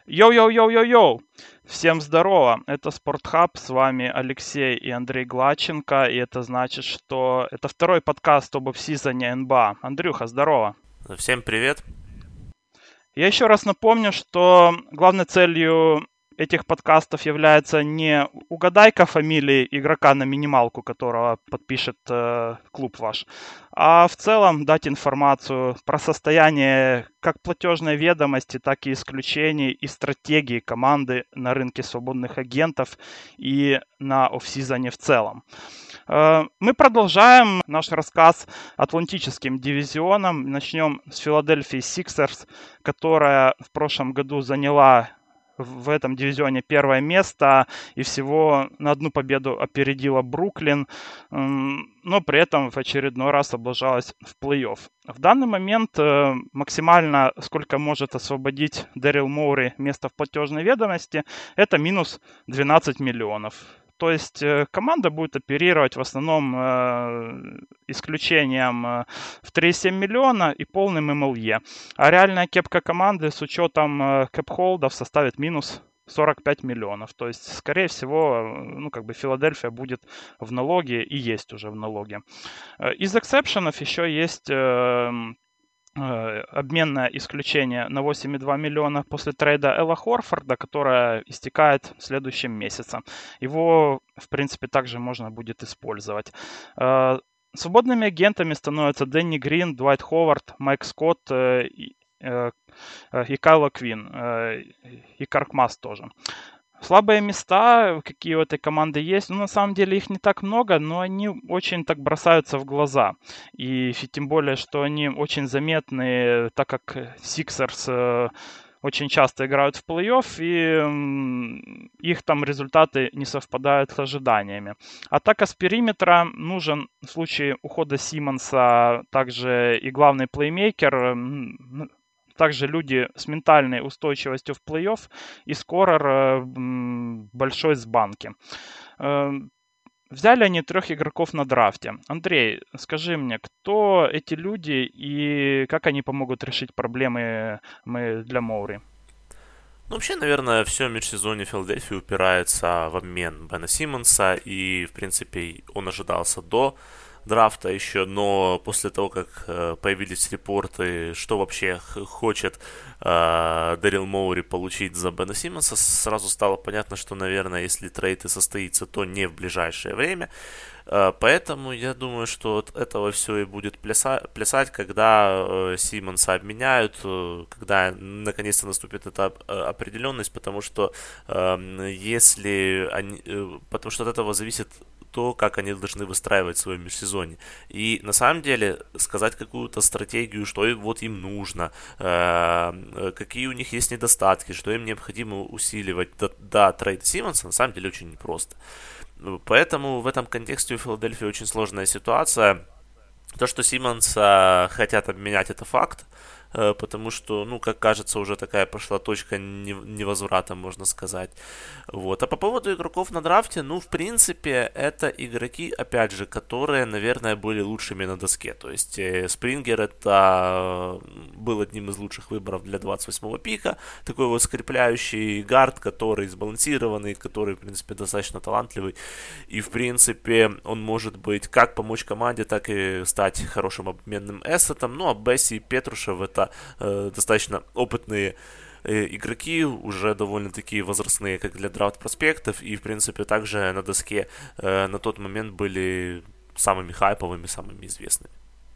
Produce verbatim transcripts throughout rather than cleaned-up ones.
Йоу-йоу-йоу-йоу-йоу! Всем здорово! Это Спортхаб, с вами Алексей и Андрей Гладченко, и это значит, что это второй подкаст об офсизоне эн бэ а. Андрюха, здорово! Всем привет! Я еще раз напомню, что главной целью этих подкастов является не угадайка фамилии игрока на минималку, которого подпишет э, клуб ваш, а в целом дать информацию про состояние как платежной ведомости, так и исключений и стратегии команды на рынке свободных агентов и на офсизоне в целом. Э, мы продолжаем наш рассказ атлантическим дивизионом. Начнем с Филадельфии Сиксерс, которая в прошлом году заняла в этом дивизионе первое место и всего на одну победу опередила Бруклин, но при этом в очередной раз облажалась в плей-офф. В данный момент максимально, сколько может освободить Дэрил Моури место в платежной ведомости, это минус двенадцать миллионов. То есть команда будет оперировать в основном э, исключением э, в три целых семь миллиона и полным эм эл е. А реальная кепка команды с учетом э, кэп-холдов составит минус сорок пять миллионов. То есть, скорее всего, ну, как бы Филадельфия будет в налоге и есть уже в налоге. Из эксепшенов еще есть... Э, обменное исключение на восемь целых два миллиона после трейда Элла Хорфорда, которое истекает в следующем месяце. Его, в принципе, также можно будет использовать. Свободными агентами становятся Дэнни Грин, Дуайт Ховард, Майк Скотт и, и Кайло Квин, и Каркмас тоже. Слабые места, какие у этой команды есть, ну, на самом деле их не так много, но они очень так бросаются в глаза. И тем более, что они очень заметны, так как Сиксерс очень часто играют в плей-офф, и их там результаты не совпадают с ожиданиями. Атака с периметра нужен в случае ухода Симмонса также и главный плеймейкер, также люди с ментальной устойчивостью в плей-офф и скорер большой с банки. Взяли они трех игроков на драфте. Андрей, скажи мне, кто эти люди и как они помогут решить проблемы мы для Моури? Ну, вообще, наверное, все межсезонье Филадельфии упирается в обмен Бена Симмонса, и, в принципе, он ожидался до драфта еще, но после того, как э, появились репорты, что вообще х- хочет э, Дэрил Моури получить за Бена Симмонса, сразу стало понятно, что, наверное, если трейд и состоится, то не в ближайшее время. Э, поэтому я думаю, что от этого все и будет пляса- плясать, когда э, Симмонса обменяют, э, когда наконец-то наступит эта э, определенность, потому что э, если они, э, потому что от этого зависит то, как они должны выстраивать свое межсезонье. И на самом деле сказать какую-то стратегию, что вот им нужно, э, какие у них есть недостатки, что им необходимо усиливать до, до трейда Симмонса, на самом деле очень непросто. Поэтому в этом контексте у Филадельфии очень сложная ситуация. То, что Симмонса хотят обменять, это факт, потому что, ну, как кажется, уже такая пошла точка невозврата, можно сказать. Вот. А по поводу игроков на драфте, ну, в принципе, это игроки, опять же, которые, наверное, были лучшими на доске. То есть Спрингер это был одним из лучших выборов для двадцать восьмого пика. Такой вот скрепляющий гард, который сбалансированный, который, в принципе, достаточно талантливый. И, в принципе, он может быть как помочь команде, так и стать хорошим обменным эссетом. Ну, а Бесси и Петрушев это э, достаточно опытные э, игроки, уже довольно-таки возрастные, как для драфт-проспектов, и, в принципе, также на доске э, на тот момент были самыми хайповыми, самыми известными.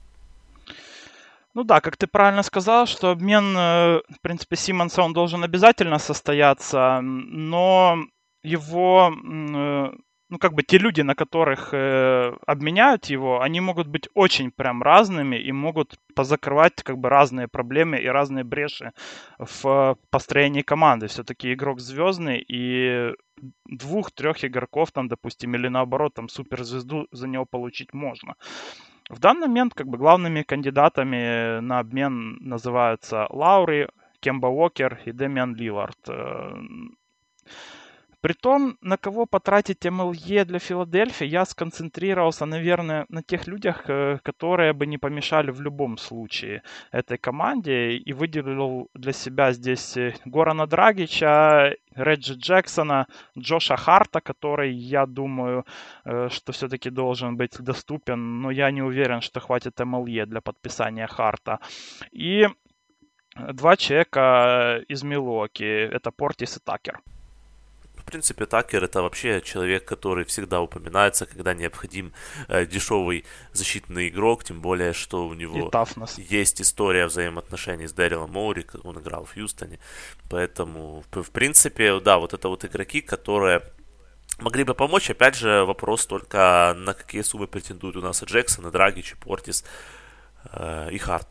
Ну да, как ты правильно сказал, что обмен, в принципе, Симмонса, он должен обязательно состояться, но его, ну как бы те люди, на которых э, обменяют его, они могут быть очень прям разными и могут позакрывать как бы разные проблемы и разные бреши в построении команды. Все-таки игрок звездный, и двух-трех игроков там, допустим, или наоборот, там суперзвезду за него получить можно. В данный момент как бы главными кандидатами на обмен называются Лаури, Кемба Уокер и Дэмиан Лиллард. При том, на кого потратить эм эл е для Филадельфии, я сконцентрировался, наверное, на тех людях, которые бы не помешали в любом случае этой команде. И выделил для себя здесь Горана Драгича, Реджи Джексона, Джоша Харта, который, я думаю, что все-таки должен быть доступен. Но я не уверен, что хватит эм эл е для подписания Харта. И два человека из Милуоки. Это Портис и Такер. В принципе, Такер это вообще человек, который всегда упоминается, когда необходим э, дешевый защитный игрок, тем более, что у него есть история взаимоотношений с Дэрилом Моури, он играл в Хьюстоне. Поэтому, в, в принципе, да, вот это вот игроки, которые могли бы помочь. Опять же, вопрос только, на какие суммы претендуют у нас и Джексон, и Драгич, и Портис, э, и Харт.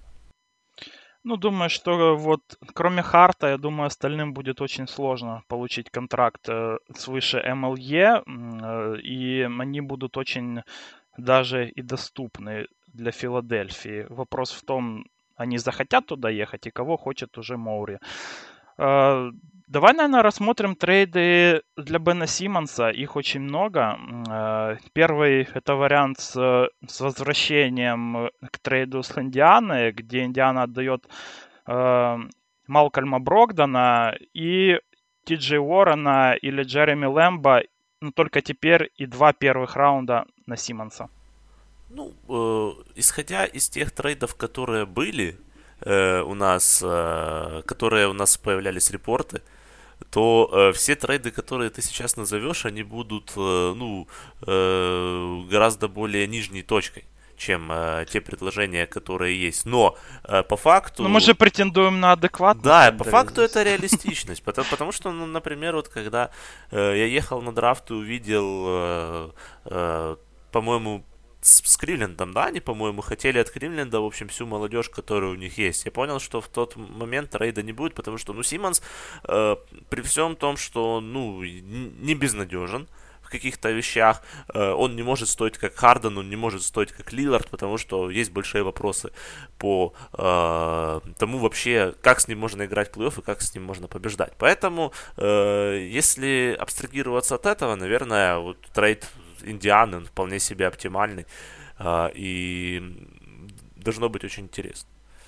Ну, думаю, что вот кроме Харта, я думаю, остальным будет очень сложно получить контракт э, свыше эм эл е, э, и они будут очень даже и доступны для Филадельфии. Вопрос в том, они захотят туда ехать и кого хочет уже Моури. Э, давай, наверное, рассмотрим трейды для Бена Симмонса. Их очень много. Первый — это вариант с, с возвращением к трейду с Индианой, где Индиана отдает э, Малкольма Брогдона и Ти Джей Уоррена или Джереми Лэмбо, но только теперь и два первых раунда на Симмонса. Ну, э, исходя из тех трейдов, которые были э, у нас, э, которые у нас появлялись репорты, то э, все трейды, которые ты сейчас назовешь, они будут э, ну, э, гораздо более нижней точкой, чем э, те предложения, которые есть. Но э, по факту... Но мы же претендуем на адекватность. Да, по факту здесь. Это реалистичность. Потому, потому что, ну, например, вот когда э, я ехал на драфт и увидел, э, э, по-моему, с, с Кливлендом, да, они, по-моему, хотели от Кливленда, в общем, всю молодежь, которая у них есть. Я понял, что в тот момент трейда не будет, потому что, ну, Симмонс, э, при всем том, что, ну, не безнадежен в каких-то вещах, э, он не может стоить как Харден, он не может стоить как Лиллард, потому что есть большие вопросы по э, тому вообще, как с ним можно играть в плей-офф и как с ним можно побеждать. Поэтому, э, если абстрагироваться от этого, наверное, вот трейд Индианы, он вполне себе оптимальный, э, и должно быть очень интересно.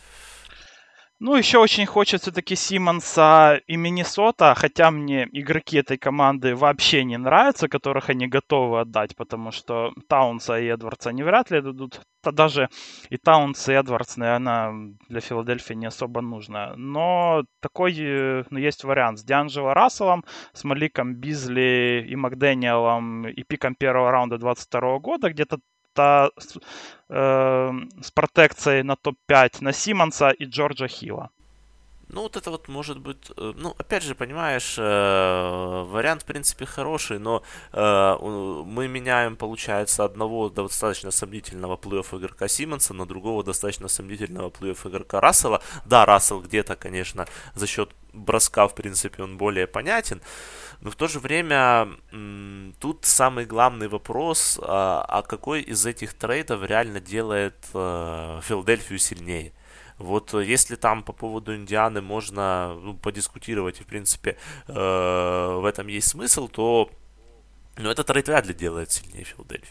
Ну, еще очень хочется таки Симмонса и Миннесота, хотя мне игроки этой команды вообще не нравятся, которых они готовы отдать, потому что Таунса и Эдвардса они вряд ли дадут. Да даже и Таунс, и Эдвардс, наверное, для Филадельфии не особо нужно. Но такой, ну, есть вариант с Дианджело Расселом, с Маликом Бизли и Макдэниелом и пиком первого раунда двадцать второго года, где-то с, э, с протекцией на топ пять на Симмонса и Джорджа Хилла. Ну, вот это вот может быть, ну, опять же, понимаешь, вариант, в принципе, хороший, но мы меняем, получается, одного достаточно сомнительного плей-офф игрока Симмонса на другого достаточно сомнительного плей-офф игрока Рассела. Да, Рассел где-то, конечно, за счет броска, в принципе, он более понятен, но в то же время тут самый главный вопрос, а какой из этих трейдов реально делает Филадельфию сильнее. Вот если там по поводу Индианы можно, ну, подискутировать, и в принципе э, в этом есть смысл, то, ну, этот трейд вряд ли делает сильнее Филадельфию.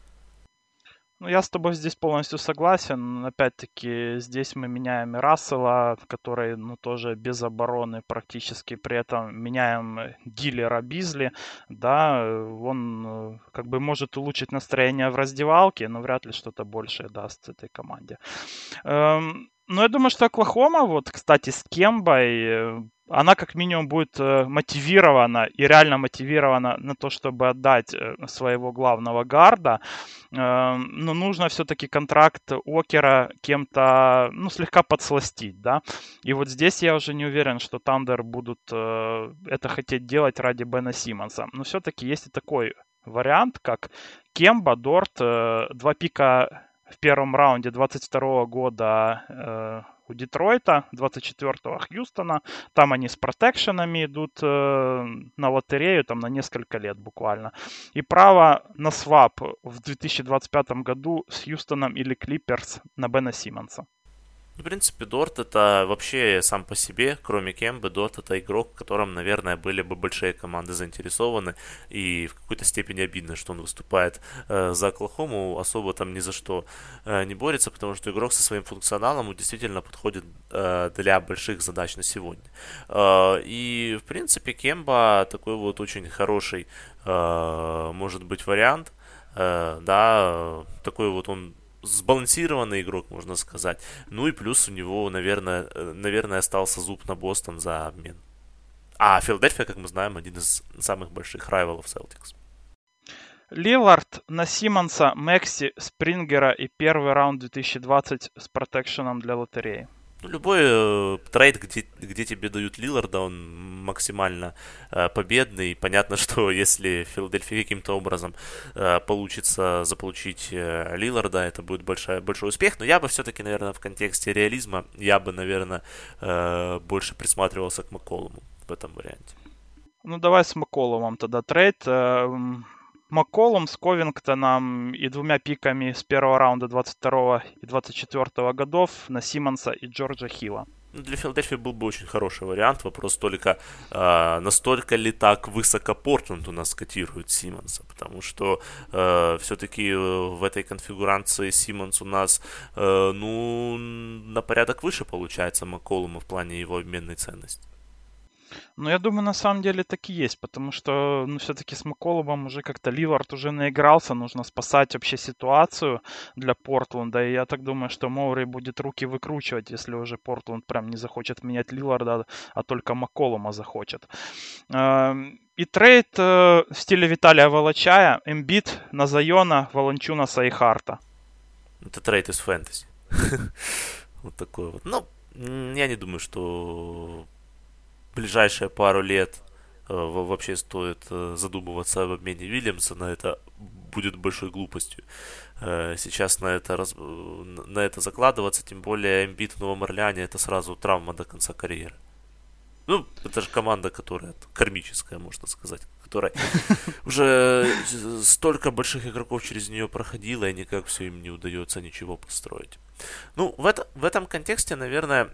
Ну, я с тобой здесь полностью согласен. Опять-таки, здесь мы меняем и Рассела, который, ну, тоже без обороны практически. При этом меняем Диллера Бизли. Да, он как бы может улучшить настроение в раздевалке, но вряд ли что-то большее даст этой команде. Эм, ну, я думаю, что Оклахома, вот, кстати, с Кембой, она как минимум будет мотивирована и реально мотивирована на то, чтобы отдать своего главного гарда. Но нужно все-таки контракт Уокера кем-то, ну, слегка подсластить, да. И вот здесь я уже не уверен, что Тандер будут это хотеть делать ради Бена Симмонса. Но все-таки есть и такой вариант, как Кемба, Дорт, два пика в первом раунде двадцать второго года у Детройта, двадцать четвёртого Хьюстона. Там они с протекшенами идут э, на лотерею, там на несколько лет буквально. И право на свап в две тысячи двадцать пятом году с Хьюстоном или Клиперс на Бена Симмонса. В принципе, Дорт это вообще сам по себе, кроме Кембы, Дорт это игрок, в котором, наверное, были бы большие команды заинтересованы, и в какой-то степени обидно, что он выступает э, за Оклахому, особо там ни за что э, не борется, потому что игрок со своим функционалом действительно подходит э, для больших задач на сегодня. Э, и, в принципе, Кемба такой вот очень хороший, э, может быть, вариант, э, да, такой вот он сбалансированный игрок, можно сказать. Ну и плюс у него, наверное, наверное, остался зуб на Бостон за обмен. А Филадельфия, как мы знаем, один из самых больших райвалов Celtics. Лиллард на Симмонса, Мэкси, Спрингера и первый раунд две тысячи двадцать с протекшеном для лотереи. Ну, любой э, трейд, где, где тебе дают Лилларда, он максимально э, победный. Понятно, что если Филадельфия каким-то образом э, получится заполучить э, Лилларда, это будет большой, большой успех. Но я бы все-таки, наверное, в контексте реализма, я бы, наверное, э, больше присматривался к Макколуму в этом варианте. Ну, давай с Макколумом тогда трейд. Макколум с Ковингтоном и двумя пиками с первого раунда двадцать второго и двадцать четвёртого годов на Симмонса и Джорджа Хилла. Для Филадельфии был бы очень хороший вариант. Вопрос только, э, настолько ли так высоко Портленд у нас котирует Симмонса. Потому что э, все-таки в этой конфигурации Симмонс у нас э, ну, на порядок выше получается Макколума в плане его обменной ценности. Ну, я думаю, на самом деле так и есть, потому что, ну, все-таки с Макколумом уже как-то Лиллард уже наигрался, нужно спасать вообще ситуацию для Портленда, и я так думаю, что Моури будет руки выкручивать, если уже Портленд прям не захочет менять Лилларда, а только Макколума захочет. И трейд в стиле Виталия Волочая, Эмбит на Зайона, Волончунаса и Харта. Это трейд из фэнтези. Вот такой вот. Ну, я не думаю, что ближайшие пару лет э, вообще стоит э, задумываться об обмене Вильямса, на это будет большой глупостью э, сейчас на это, раз, на это закладываться, тем более Эмбит в Новом Орлеане это сразу травма до конца карьеры. Ну, это же команда, которая кармическая, можно сказать, которая уже столько больших игроков через нее проходила, и никак все им не удается ничего построить. Ну, в, это, в этом контексте, наверное,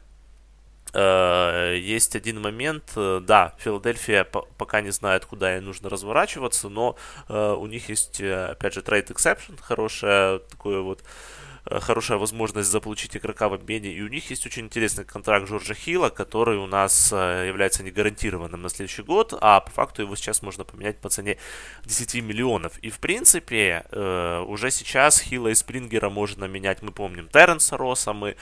есть один момент, да, Филадельфия пока не знает, куда ей нужно разворачиваться, но у них есть, опять же, trade exception, хорошая такое вот хорошая возможность заполучить игрока в обмене, и у них есть очень интересный контракт Джорджа Хилла, который у нас является не гарантированным на следующий год, а по факту его сейчас можно поменять по цене десять миллионов. И в принципе уже сейчас Хилла и Спрингера можно менять, мы помним Терренса Росса, мы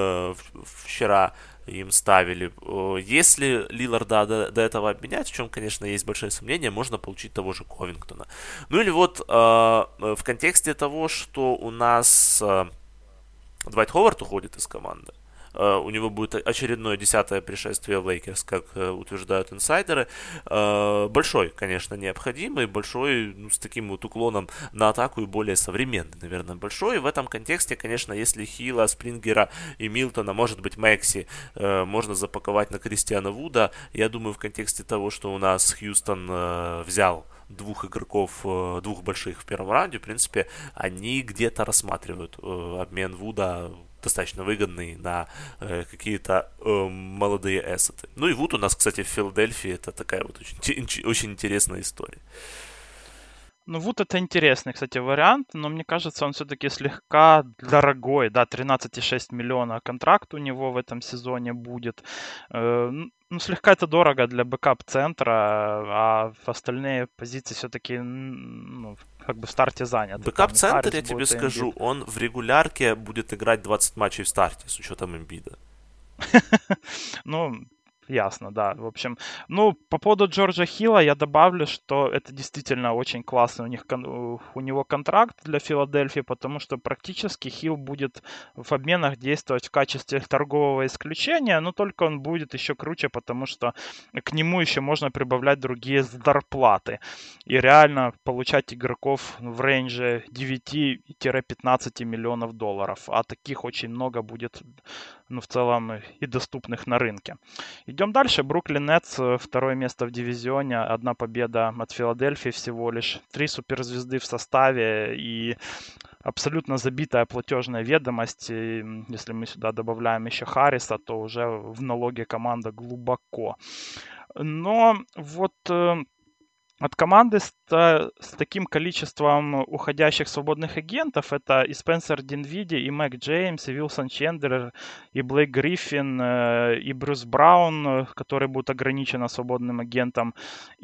вчера им ставили. Если Лилларда до, до этого обменять, в чем, конечно, есть большие сомнения, можно получить того же Ковингтона. Ну или вот э, в контексте того, что у нас э, Двайт Ховард уходит из команды, Uh, у него будет очередное десятое пришествие в Лейкерс, как uh, утверждают инсайдеры. Uh, большой, конечно, необходимый, большой, ну, с таким вот уклоном на атаку и более современный, наверное, большой. И в этом контексте, конечно, если Хилла, Спрингера и Милтона, может быть, Мэкси, uh, можно запаковать на Кристиана Вуда, я думаю, в контексте того, что у нас Хьюстон uh, взял двух игроков, двух больших в первом раунде, в принципе, они где-то рассматривают uh, обмен Вуда достаточно выгодный на э, какие-то э, молодые эссеты. Ну и Вуд у нас, кстати, в Филадельфии, это такая вот очень, очень интересная история. Ну, Вуд это интересный, кстати, вариант, но мне кажется, он все-таки слегка дорогой, да, тринадцать целых шесть десятых миллиона контракт у него в этом сезоне будет. Э, ну, слегка это дорого для бэкап-центра, а в остальные позиции все-таки, ну, как бы в старте заняты. Бэкап-центр, я тебе скажу, Эмбид. Он в регулярке будет играть двадцать матчей в старте с учетом Эмбида. Ну, ясно, да. В общем, ну, по поводу Джорджа Хилла я добавлю, что это действительно очень классный у них у него контракт для Филадельфии, потому что практически Хилл будет в обменах действовать в качестве торгового исключения, но только он будет еще круче, потому что к нему еще можно прибавлять другие зарплаты и реально получать игроков в рейнже девять-пятнадцать миллионов долларов, а таких очень много будет, ну, в целом и доступных на рынке. Идем дальше. Бруклин Нетс, второе место в дивизионе, одна победа от Филадельфии всего лишь, три суперзвезды в составе и абсолютно забитая платежная ведомость. И если мы сюда добавляем еще Харриса, то уже в налоге команда глубоко. Но вот от команды с, с таким количеством уходящих свободных агентов, это и Спенсер Динвиди, и Мэг Джеймс, и Вилсон Чендлер, и Блейк Гриффин, и Брюс Браун, который будет ограничен свободным агентом,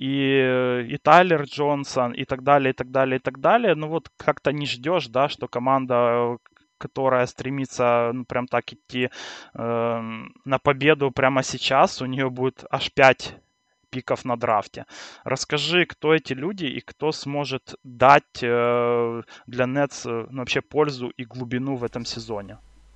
и, и Тайлер Джонсон, и так далее, и так далее, и так далее. Ну вот как-то не ждешь, да, что команда, которая стремится, ну, прям так идти э, на победу прямо сейчас, у нее будет аж пять пиков на драфте. Расскажи, кто эти люди и кто сможет дать э, для Нетс э, ну, вообще пользу и глубину в этом сезоне.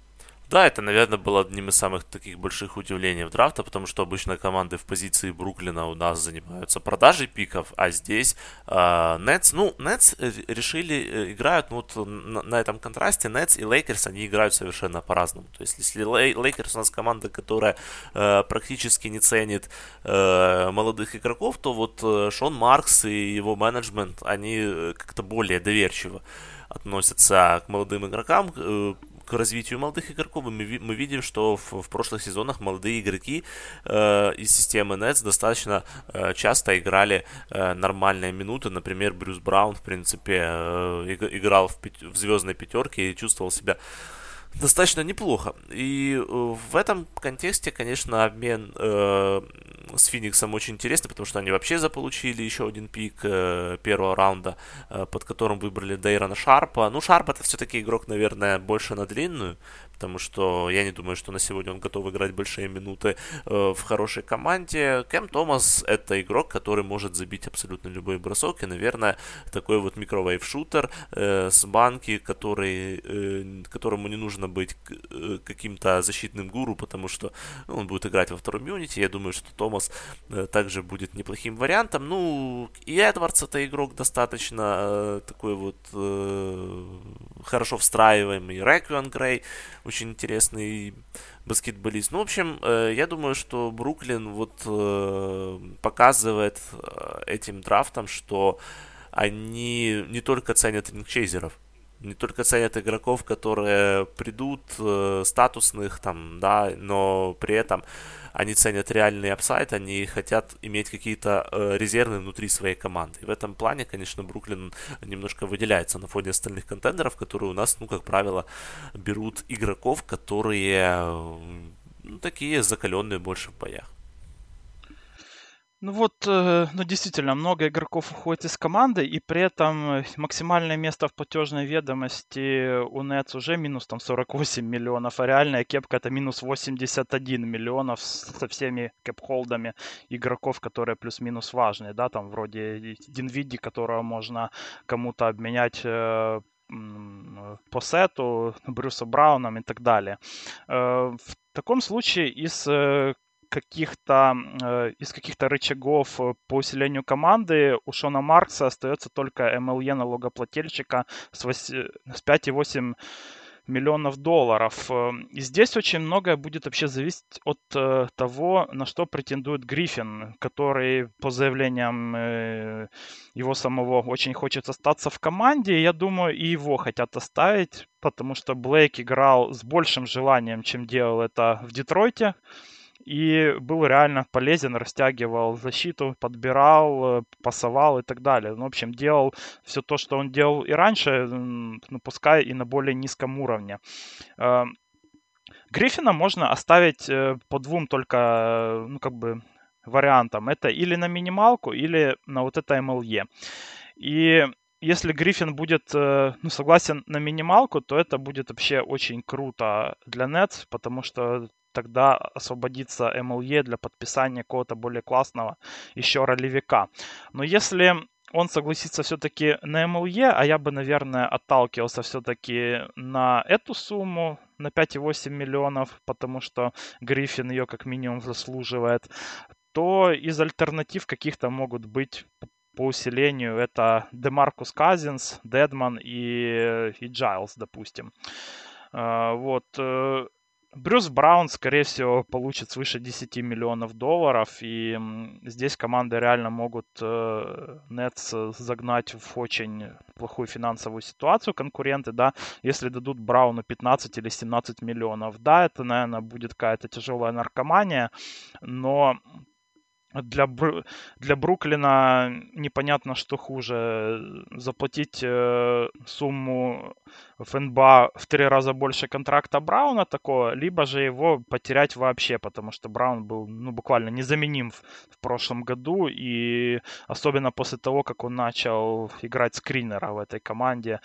Да, это, наверное, было одним из самых таких больших удивлений в драфта, потому что обычно команды в позиции Бруклина у нас занимаются продажей пиков, а здесь Нетс, э, ну, Нетс решили, играют ну, вот на, на этом контрасте, Нетс и Лейкерс, они играют совершенно по-разному. То есть, если Лейкерс у нас команда, которая э, практически не ценит э, молодых игроков, то вот э, Шон Маркс и его менеджмент, они как-то более доверчиво относятся к молодым игрокам, э, к развитию молодых игроков. Мы, мы видим, что в, в прошлых сезонах молодые игроки э, из системы Nets достаточно э, часто играли э, нормальные минуты. Например, Брюс Браун, в принципе, э, играл в, пяти, в звездной пятерке и чувствовал себя достаточно неплохо. И э, в этом контексте, конечно, обмен э, с Фениксом очень интересный, потому что они вообще заполучили еще один пик э, первого раунда, э, под которым выбрали Дейрона Шарпа. Ну, Шарп это все-таки игрок, наверное, больше на длинную, потому что я не думаю, что на сегодня он готов играть большие минуты э, в хорошей команде. Кэм Томас это игрок, который может забить абсолютно любой бросок, и, наверное, такой вот микровейв-шутер э, с банки, который, э, которому не нужно быть э, каким-то защитным гуру, потому что ну, он будет играть во втором юните. Я думаю, что Томас э, также будет неплохим вариантом. Ну, и Эдвардс это игрок достаточно э, такой вот э, хорошо встраиваемый. Реквиан Грей очень интересный баскетболист. Ну, в общем, э, я думаю, что Бруклин вот э, показывает этим драфтом, что они не только ценят ринг-чейзеров, не только ценят игроков, которые придут, э, статусных там, да, но при этом они ценят реальный апсайд, они хотят иметь какие-то э, резервы внутри своей команды. И в этом плане, конечно, Бруклин немножко выделяется на фоне остальных контендеров, которые у нас, ну, как правило, берут игроков, которые ну, такие закаленные больше в боях. Ну вот, ну действительно, много игроков уходит из команды, и при этом максимальное место в платежной ведомости у Nets уже минус там сорок восемь миллионов, а реальная кепка это минус восемьдесят один миллионов со всеми кэп-холдами игроков, которые плюс-минус важные, да, там вроде Динвиди, которого можно кому-то обменять по сету, Брюса Брауном и так далее. В таком случае из каких-то из каких-то рычагов по усилению команды у Шона Маркса остается только эм эл е налогоплательщика с, с пять и восемь миллионов долларов. И здесь очень многое будет вообще зависеть от э, того, на что претендует Гриффин, который по заявлениям э, его самого очень хочет остаться в команде. Я думаю, и его хотят оставить, потому что Блейк играл с большим желанием, чем делал это в Детройте. И был реально полезен, растягивал защиту, подбирал, пасовал и так далее. Ну, в общем, делал все то, что он делал и раньше, ну, пускай и на более низком уровне. Гриффина можно оставить по двум только, ну, как бы, вариантам. Это или на минималку, или на вот это эм эл е. И если Гриффин будет, ну, согласен на минималку, то это будет вообще очень круто для Nets, потому что тогда освободится эм эл е для подписания какого-то более классного еще ролевика. Но если он согласится все-таки на эм эл е, а я бы, наверное, отталкивался все-таки на эту сумму, на пять и восемь миллионов, потому что Гриффин ее как минимум заслуживает, то из альтернатив каких-то могут быть по усилению это Демаркус Казинс, Дедман и, и Джайлз, допустим. Вот. Брюс Браун, скорее всего, получит свыше десять миллионов долларов, и здесь команды реально могут Нетс э, загнать в очень плохую финансовую ситуацию конкуренты, да, если дадут Брауну пятнадцать или семнадцать миллионов. Да, это, наверное, будет какая-то тяжелая наркомания, но для, Бру... для Бруклина непонятно, что хуже. Заплатить э, сумму в эн бэ а в три раза больше контракта Брауна такого, либо же его потерять вообще, потому что Браун был ну, буквально незаменим в, в прошлом году, и особенно после того, как он начал играть скринера в этой команде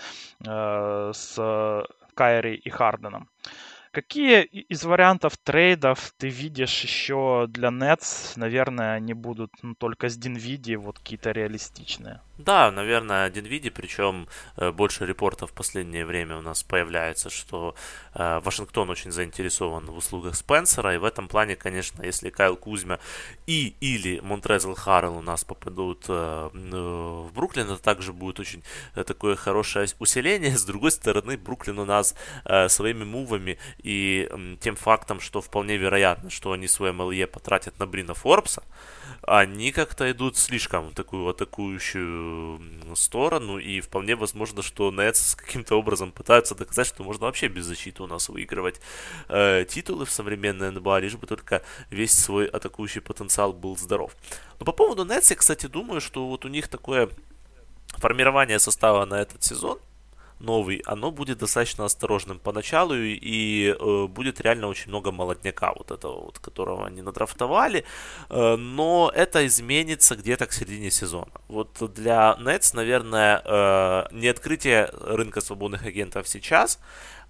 э, с Кайри и Харденом. Какие из вариантов трейдов ты видишь еще для Nets? Наверное, они будут ну, только с Динвиди, вот какие-то реалистичные. Да, наверное, Динвиди, причем э, больше репортов в последнее время у нас появляется, что э, Вашингтон очень заинтересован в услугах Спенсера, и в этом плане, конечно, если Кайл Кузьма и или Монтрезл Харрелл у нас попадут э, в Бруклин, это также будет очень э, такое хорошее усиление. С другой стороны, Бруклин у нас э, своими мувами и э, тем фактом, что вполне вероятно, что они свой эм эл е потратят на Брина Форбса, они как-то идут слишком в такую атакующую сторону, и вполне возможно, что Нетс каким-то образом пытаются доказать, что можно вообще без защиты у нас выигрывать э, титулы в современной эн бэ а, лишь бы только весь свой атакующий потенциал был здоров. Но по поводу Нетс, я, кстати, думаю, что вот у них такое формирование состава на этот сезон новый, оно будет достаточно осторожным поначалу, и э, будет реально очень много молодняка, вот этого вот, которого они надрафтовали, э, но это изменится где-то к середине сезона. Вот для Nets, наверное, э, не открытие рынка свободных агентов сейчас,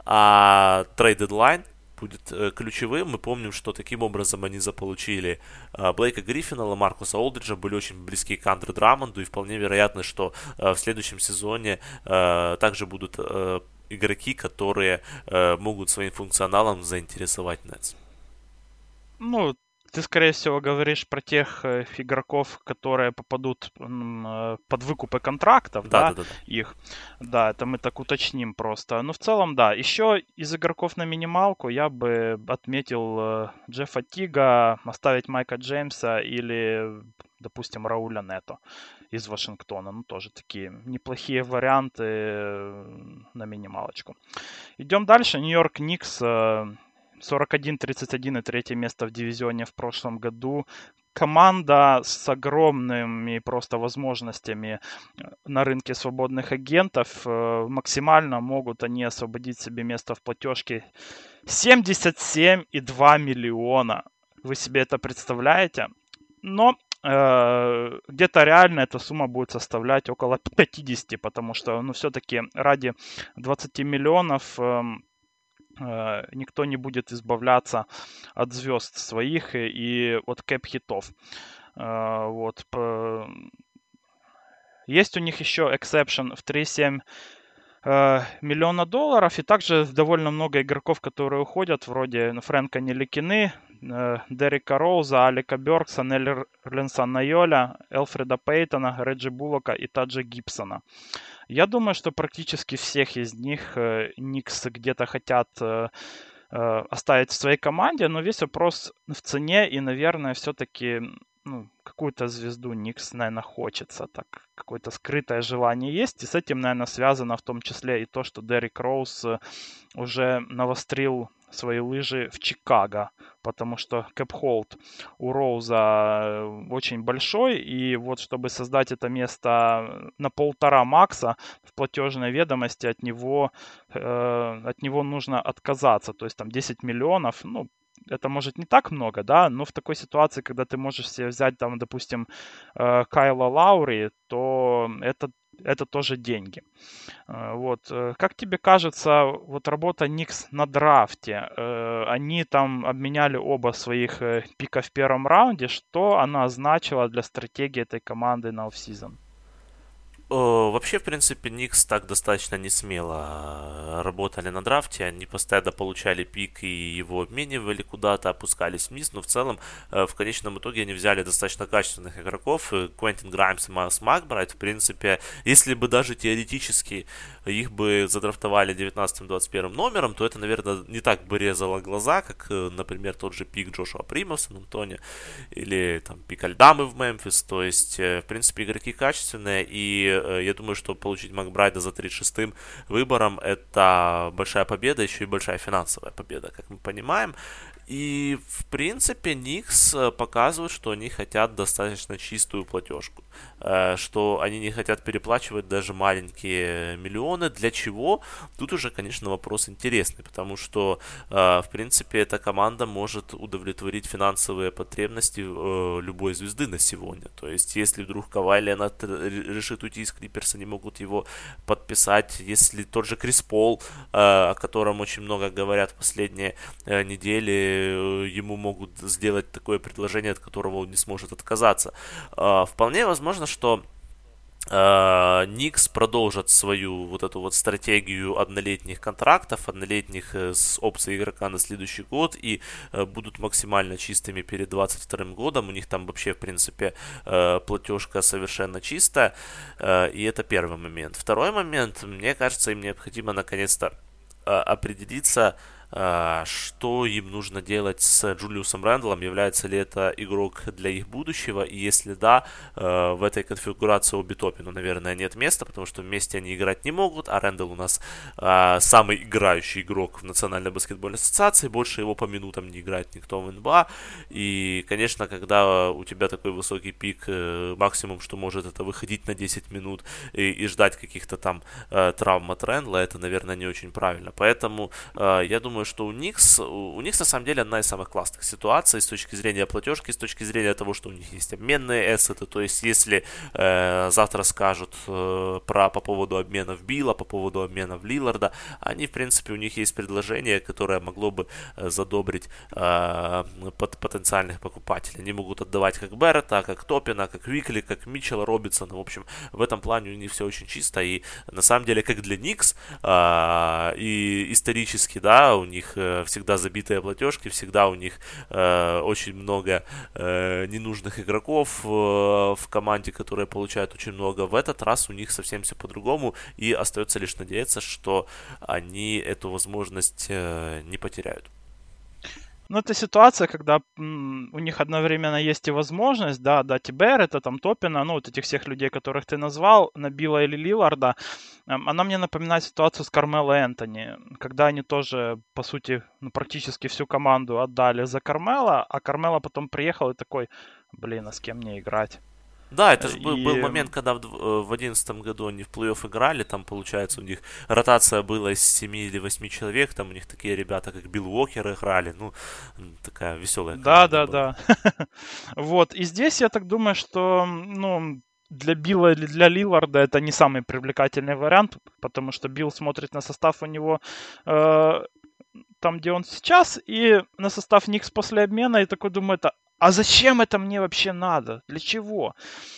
а трейд-дедлайн будет э, ключевым. Мы помним, что таким образом они заполучили э, Блейка Гриффина, Ламаркуса Олдриджа, были очень близки к Андре Драмонду, и вполне вероятно, что э, в следующем сезоне э, также будут э, игроки, которые э, могут своим функционалом заинтересовать Нетс. Ну, ты, скорее всего, говоришь про тех э, игроков, которые попадут э, под выкупы контрактов, да, да, да, да, их. Да, это мы так уточним просто. Ну, в целом, да. Еще из игроков на минималку я бы отметил э, Джеффа Тига, оставить Майка Джеймса или, допустим, Рауля Нето из Вашингтона. Ну, тоже такие неплохие варианты э, на минималочку. Идем дальше. Нью-Йорк Никс... Э, сорок один тридцать один и третье место в дивизионе в прошлом году. Команда с огромными просто возможностями на рынке свободных агентов. Максимально могут они освободить себе место в платежке семьдесят семь и два миллиона. Вы себе это представляете? Но э, где-то реально эта сумма будет составлять около пятьдесят, потому что, ну, все-таки ради двадцати миллионов... Э, никто не будет избавляться от звезд своих и от кэп-хитов. Вот. Есть у них еще эксепшн в три целых семь миллиона долларов, и также довольно много игроков, которые уходят, вроде Фрэнка Ниликины, Дерека Роуза, Алика Бёркса, Неллерленса Найоля, Элфреда Пейтона, Реджи Буллока и Таджа Гибсона. Я думаю, что практически всех из них Никс где-то хотят э, э, оставить в своей команде, но весь вопрос в цене, и, наверное, все-таки ну, какую-то звезду Никс, наверное, хочется. Так, какое-то скрытое желание есть, и с этим, наверное, связано в том числе и то, что Дерек Роуз уже навострил свои лыжи в Чикаго, потому что кэп-холд у Роуза очень большой, и вот чтобы создать это место на полтора макса в платежной ведомости, от него, э, от него нужно отказаться, то есть там десять миллионов, ну, это может не так много, да, но в такой ситуации, когда ты можешь себе взять там, допустим, э, Кайла Лаури, то это это тоже деньги. Вот. Как тебе кажется, вот работа Никс на драфте, они там обменяли оба своих пика в первом раунде, что она значила для стратегии этой команды на оффсизон? О, Вообще, в принципе, Никс так достаточно не смело э, работали на драфте. Они постоянно получали пик и его обменивали куда-то, опускались вниз. Но в целом, э, в конечном итоге они взяли достаточно качественных игроков. Э, Квентин Граймс и Майлз Макбрайт. В принципе, если бы даже теоретически их бы задрафтовали девятнадцатым-двадцать первым номером, то это, наверное, не так бы резало глаза, как, э, например, тот же пик Джошуа Прима в Сан-Антонио или там пик Альдамы в Мемфис. То есть, э, в принципе, игроки качественные, и э, я думаю, что получить Макбрайда за тридцать шестым выбором это большая победа, еще и большая финансовая победа, как мы понимаем. И, в принципе, Никс э, показывают, что они хотят достаточно чистую платежку, э, что они не хотят переплачивать даже маленькие миллионы. Для чего? Тут уже, конечно, вопрос интересный, потому что, э, в принципе, эта команда может удовлетворить финансовые потребности э, любой звезды на сегодня. То есть, если вдруг Кавай Леонард решит уйти из Клиперс, они могут его подписать. Если тот же Крис Пол, э, о котором очень много говорят в последние э, недели, ему могут сделать такое предложение, от которого он не сможет отказаться. Э, вполне возможно, что Никс продолжат свою вот эту вот стратегию однолетних контрактов, однолетних с опцией игрока на следующий год, и будут максимально чистыми перед двадцать вторым годом. У них там вообще, в принципе, платежка совершенно чистая, и это первый момент. Второй момент, мне кажется, им необходимо наконец-то определиться, что им нужно делать с Джулиусом Рэндаллом, является ли это игрок для их будущего, и если да, в этой конфигурации Оби Топпину, наверное, нет места, потому что вместе они играть не могут, а Рэндалл у нас самый играющий игрок в Национальной баскетбольной ассоциации, больше его по минутам не играет никто в эн би эй, и, конечно, когда у тебя такой высокий пик, максимум, что может, это выходить на десять минут и, и ждать каких-то там травм от Рэндалла, это, наверное, не очень правильно, поэтому я думаю, что у Никс, у Никс на самом деле одна из самых классных ситуаций с точки зрения платежки, с точки зрения того, что у них есть обменные эссеты, то есть если э, завтра скажут э, про, по поводу обмена в Билла, по поводу обмена в Лилларда, они, в принципе, у них есть предложение, которое могло бы э, задобрить э, под, потенциальных покупателей. Они могут отдавать как Беррета, как Топпина, как Викли, как Митчелла, Робинсона, в общем, в этом плане у них все очень чисто, и на самом деле, как для Никс, э, и исторически, да, у них э, всегда забитые платежки, всегда у них э, очень много э, ненужных игроков э, в команде, которые получают очень много. В этот раз у них совсем все по-другому, и остается лишь надеяться, что они эту возможность э, не потеряют. Ну, это ситуация, когда м, у них одновременно есть и возможность, да, дать и Беррета, там, Топпина, ну, вот этих всех людей, которых ты назвал, на Билла или Лилларда. Эм, Она мне напоминает ситуацию с Кармело Энтони, когда они тоже, по сути, ну, практически всю команду отдали за Кармела, а Кармело потом приехал и такой, блин, а с кем мне играть? Да, это Э, же был, был И момент, когда в дв- в одиннадцатом году они в плей-офф играли, там, получается, у них ротация была из семи или восьми человек, там у них такие ребята, как Билл Уокер играли, ну, такая веселая да, команда да, была. да. Вот, и здесь я так думаю, что, ну, для Билла или для Лилларда это не самый привлекательный вариант, потому что Билл смотрит на состав у него э, там, где он сейчас, и на состав Никс после обмена, и такой думает, а, а зачем это мне вообще надо? Для чего?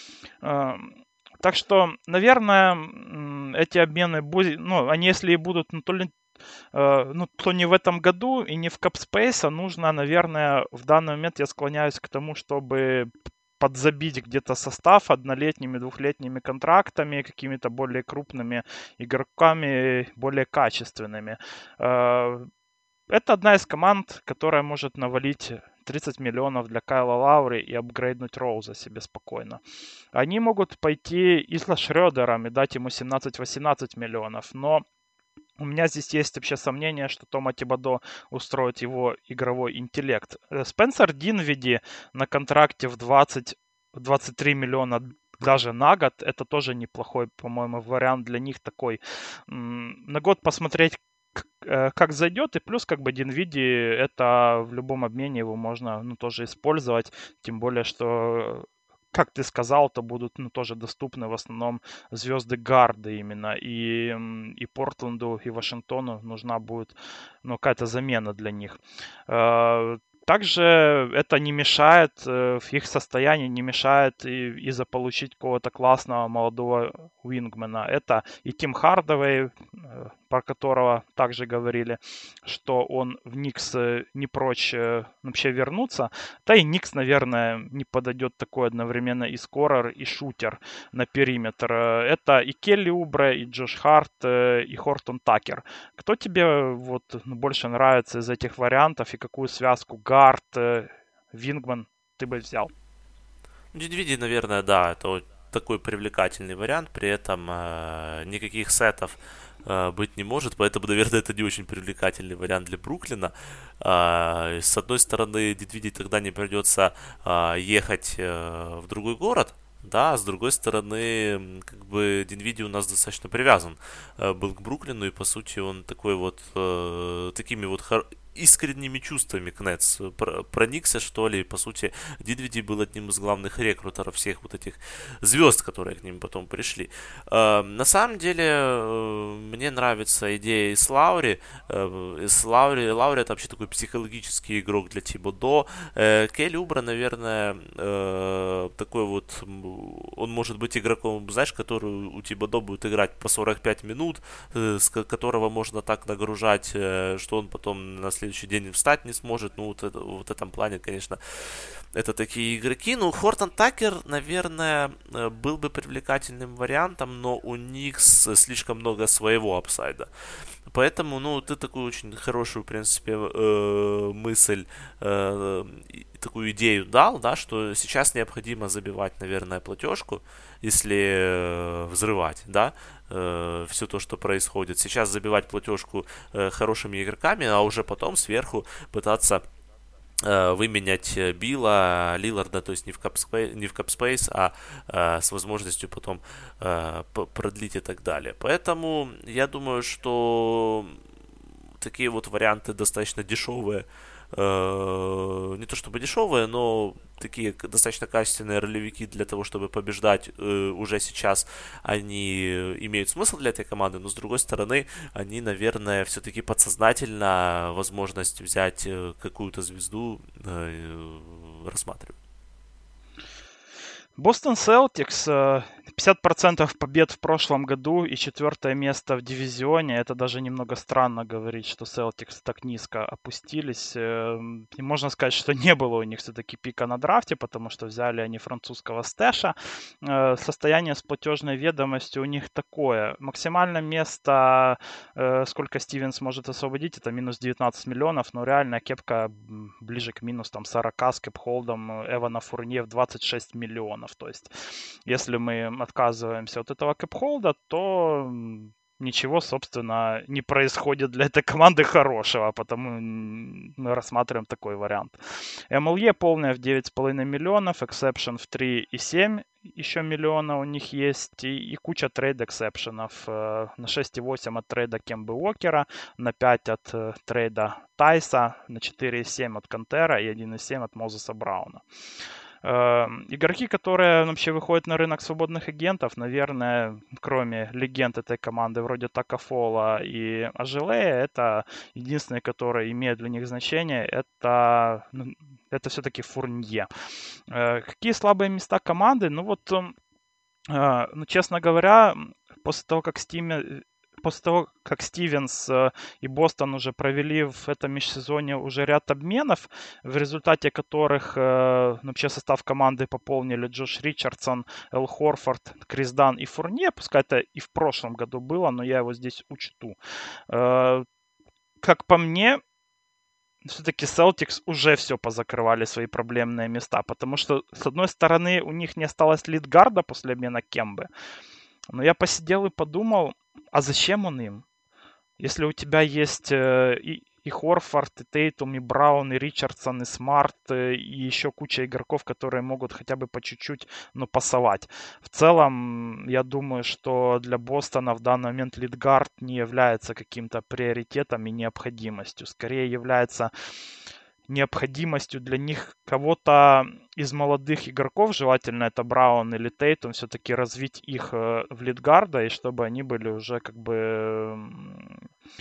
Эм, Так что, наверное, м, эти обмены, бузи- ну, они если и будут, ну, то ли э, ну, то не в этом году и не в Capspace, а нужно, наверное, в данный момент я склоняюсь к тому, чтобы подзабить где-то состав однолетними, двухлетними контрактами, какими-то более крупными игроками, более качественными. Э, Это одна из команд, которая может навалить тридцать миллионов для Кайла Лаури и апгрейднуть Роуза себе спокойно. Они могут пойти и со Шрёдером и дать ему семнадцать-восемнадцать миллионов, но у меня здесь есть вообще сомнение, что Тома Тибадо устроит его игровой интеллект. Э, Спенсер Динвиди на контракте в двадцать-двадцать три миллиона даже на год, это тоже неплохой, по-моему, вариант для них такой. м, На год посмотреть, к- э, как зайдет, и плюс как бы Динвиди, это в любом обмене его можно, ну, тоже использовать, тем более, что как ты сказал, то будут, ну, тоже доступны в основном звезды гарды именно. И, м, и Портленду, и Вашингтону нужна будет, ну, какая-то замена для них. Э, также это не мешает, в их состоянии не мешает и, и заполучить какого-то классного молодого уингмена. Это и Тим Хардавей, про которого также говорили, что он в Никс не прочь вообще вернуться. Да и Никс, наверное, не подойдет такой одновременно и скорер, и шутер на периметр. Это и Келли Убре, и Джош Харт, и Хортон Такер. Кто тебе вот больше нравится из этих вариантов и какую связку гард, вингман ты бы взял? Динвиди, наверное, да, это вот такой привлекательный вариант, при этом э, никаких сетов э, быть не может, поэтому, наверное, это не очень привлекательный вариант для Бруклина. Э, с одной стороны, Динвиди тогда не придется э, ехать э, в другой город, да, с другой стороны, как бы Динвиди у нас достаточно привязан э, был к Бруклину, и по сути он такой вот э, такими вот хор- искренними чувствами к Нетс проникся, что ли. По сути, Динвиди был одним из главных рекрутеров всех вот этих звезд, которые к ним потом пришли. Э, на самом деле, э, мне нравится идея из Лаури. Э, из Лаури, Лаури это вообще такой психологический игрок для Тибодо. Э, Келли Убра, наверное, э, такой вот, он может быть игроком, знаешь, который у Тибодо будет играть по сорок пять минут, э, с которого можно так нагружать, э, что он потом на следующий день встать не сможет. Ну, вот, это, вот в этом плане, конечно, это такие игроки. Ну, Хортон Такер, наверное, был бы привлекательным вариантом, но у них слишком много своего апсайда. Поэтому, ну, ты такую очень хорошую, в принципе, э, мысль, э, такую идею дал, да, что сейчас необходимо забивать, наверное, платежку, если взрывать, да, э, все то, что происходит. Сейчас забивать платежку э, хорошими игроками, а уже потом сверху пытаться э, выменять Билла, Лиларда, то есть не в капспейс, не в капспейс, а э, с возможностью потом э, продлить и так далее. Поэтому я думаю, что такие вот варианты достаточно дешевые, э, не то чтобы дешевые, но такие достаточно качественные ролевики для того, чтобы побеждать э, уже сейчас, они имеют смысл для этой команды, но с другой стороны, они, наверное, все-таки подсознательно возможность взять э, какую-то звезду э, рассматривают. Бостон Селтикс, пятьдесят процентов побед в прошлом году и четвертое место в дивизионе. Это даже немного странно говорить, что Селтикс так низко опустились. И можно сказать, что не было у них все-таки пика на драфте, потому что взяли они французского стэша. Состояние с платежной ведомостью у них такое. Максимальное место, сколько Стивенс может освободить, это минус девятнадцать миллионов, но реальная кепка ближе к минус там, сорок с кэп-холдом Эвана Фурнье в двадцать шесть миллионов. То есть, если мы отказываемся от этого кэп-холда, то ничего, собственно, не происходит для этой команды хорошего, потому мы рассматриваем такой вариант. эм эл и полная в девять с половиной миллионов, эксепшн в три и семь еще миллиона у них есть, и, и куча трейд-эксепшенов. На шесть и восемь от трейда Кембы Уокера, на пять от э, трейда Тайса, на четыре и семь от Кантера и один и семь от Мозеса Брауна. Э, игроки, которые вообще выходят на рынок свободных агентов, наверное, кроме легенд этой команды вроде Така Фола и Ажилея, это единственные, которые имеют для них значение, это, это все-таки Фурнье. Э, какие слабые места команды? Ну вот, э, ну, честно говоря, после того, как Стиме... После того, как Стивенс и Бостон уже провели в этом межсезонье уже ряд обменов, в результате которых э, вообще состав команды пополнили Джош Ричардсон, Эл Хорфорд, Крис Дан и Фурнье, пускай это и в прошлом году было, но я его здесь учту. Э, как по мне, все-таки Celtics уже все позакрывали свои проблемные места, потому что, с одной стороны, у них не осталось лидгарда после обмена Кембы, но я посидел и подумал, а зачем он им? Если у тебя есть э, и, и Хорфорд, и Тейтум, и Браун, и Ричардсон, и Смарт, э, и еще куча игроков, которые могут хотя бы по чуть-чуть, ну, пасовать. В целом, я думаю, что для Бостона в данный момент лидгард не является каким-то приоритетом и необходимостью. Скорее является необходимостью для них кого-то из молодых игроков, желательно это Браун или Тейтум, все-таки развить их в лидгарда, и чтобы они были уже как бы,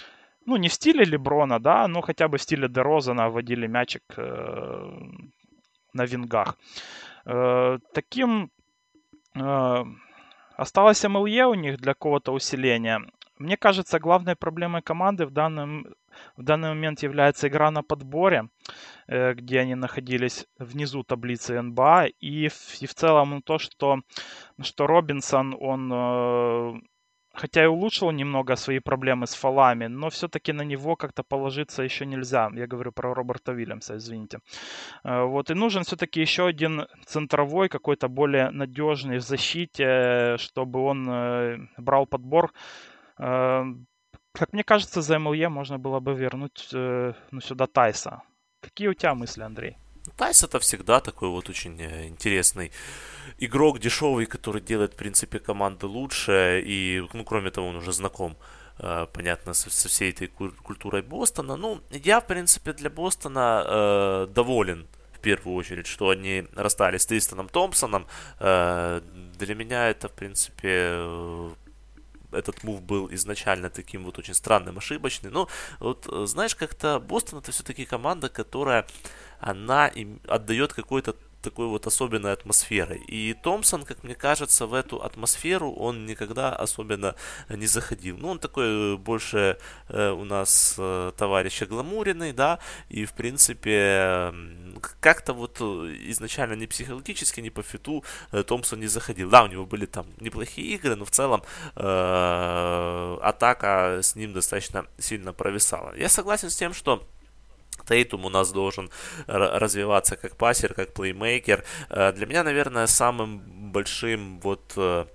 ну, не в стиле Леброна, да, но хотя бы в стиле Дерозана водили мячик э, на вингах. Э, таким э, осталось эм эл е у них для какого-то усиления. Мне кажется, главной проблемой команды в данном, в данный момент является игра на подборе, э, где они находились внизу таблицы эн би эй. И в, и в целом то, что, что Робинсон, он э, хотя и улучшил немного свои проблемы с фолами, но все-таки на него как-то положиться еще нельзя. Я говорю про Роберта Уильямса, извините. Э, Вот, и нужен все-таки еще один центровой, какой-то более надежный в защите, чтобы он э, брал подбор. Э, Как мне кажется, за эм эл е можно было бы вернуть э, ну, сюда Тайса. Какие у тебя мысли, Андрей? Тайс это всегда такой вот очень э, интересный игрок дешевый, который делает, в принципе, команды лучше. И, ну, кроме того, он уже знаком, э, понятно, со, со всей этой культурой Бостона. Ну, я, в принципе, для Бостона э, доволен, в первую очередь, что они расстались с Тристаном Томпсоном. Э, для меня это, в принципе, э, этот мув был изначально таким вот очень странным, ошибочным. Но вот, знаешь, как-то Бостон это все-таки команда, которая, она им отдает какой-то такой вот особенной атмосферой. И Томпсон, как мне кажется, в эту атмосферу он никогда особенно не заходил. Ну, он такой больше э, у нас э, товарищ огламуренный, да, и, в принципе, э, как-то вот изначально ни психологически, ни по фиту э, Томпсон не заходил. Да, у него были там неплохие игры, но в целом э, атака с ним достаточно сильно провисала. Я согласен с тем, что Тейтум у нас должен развиваться как пассер, как плеймейкер. Для меня, наверное, самым большим вот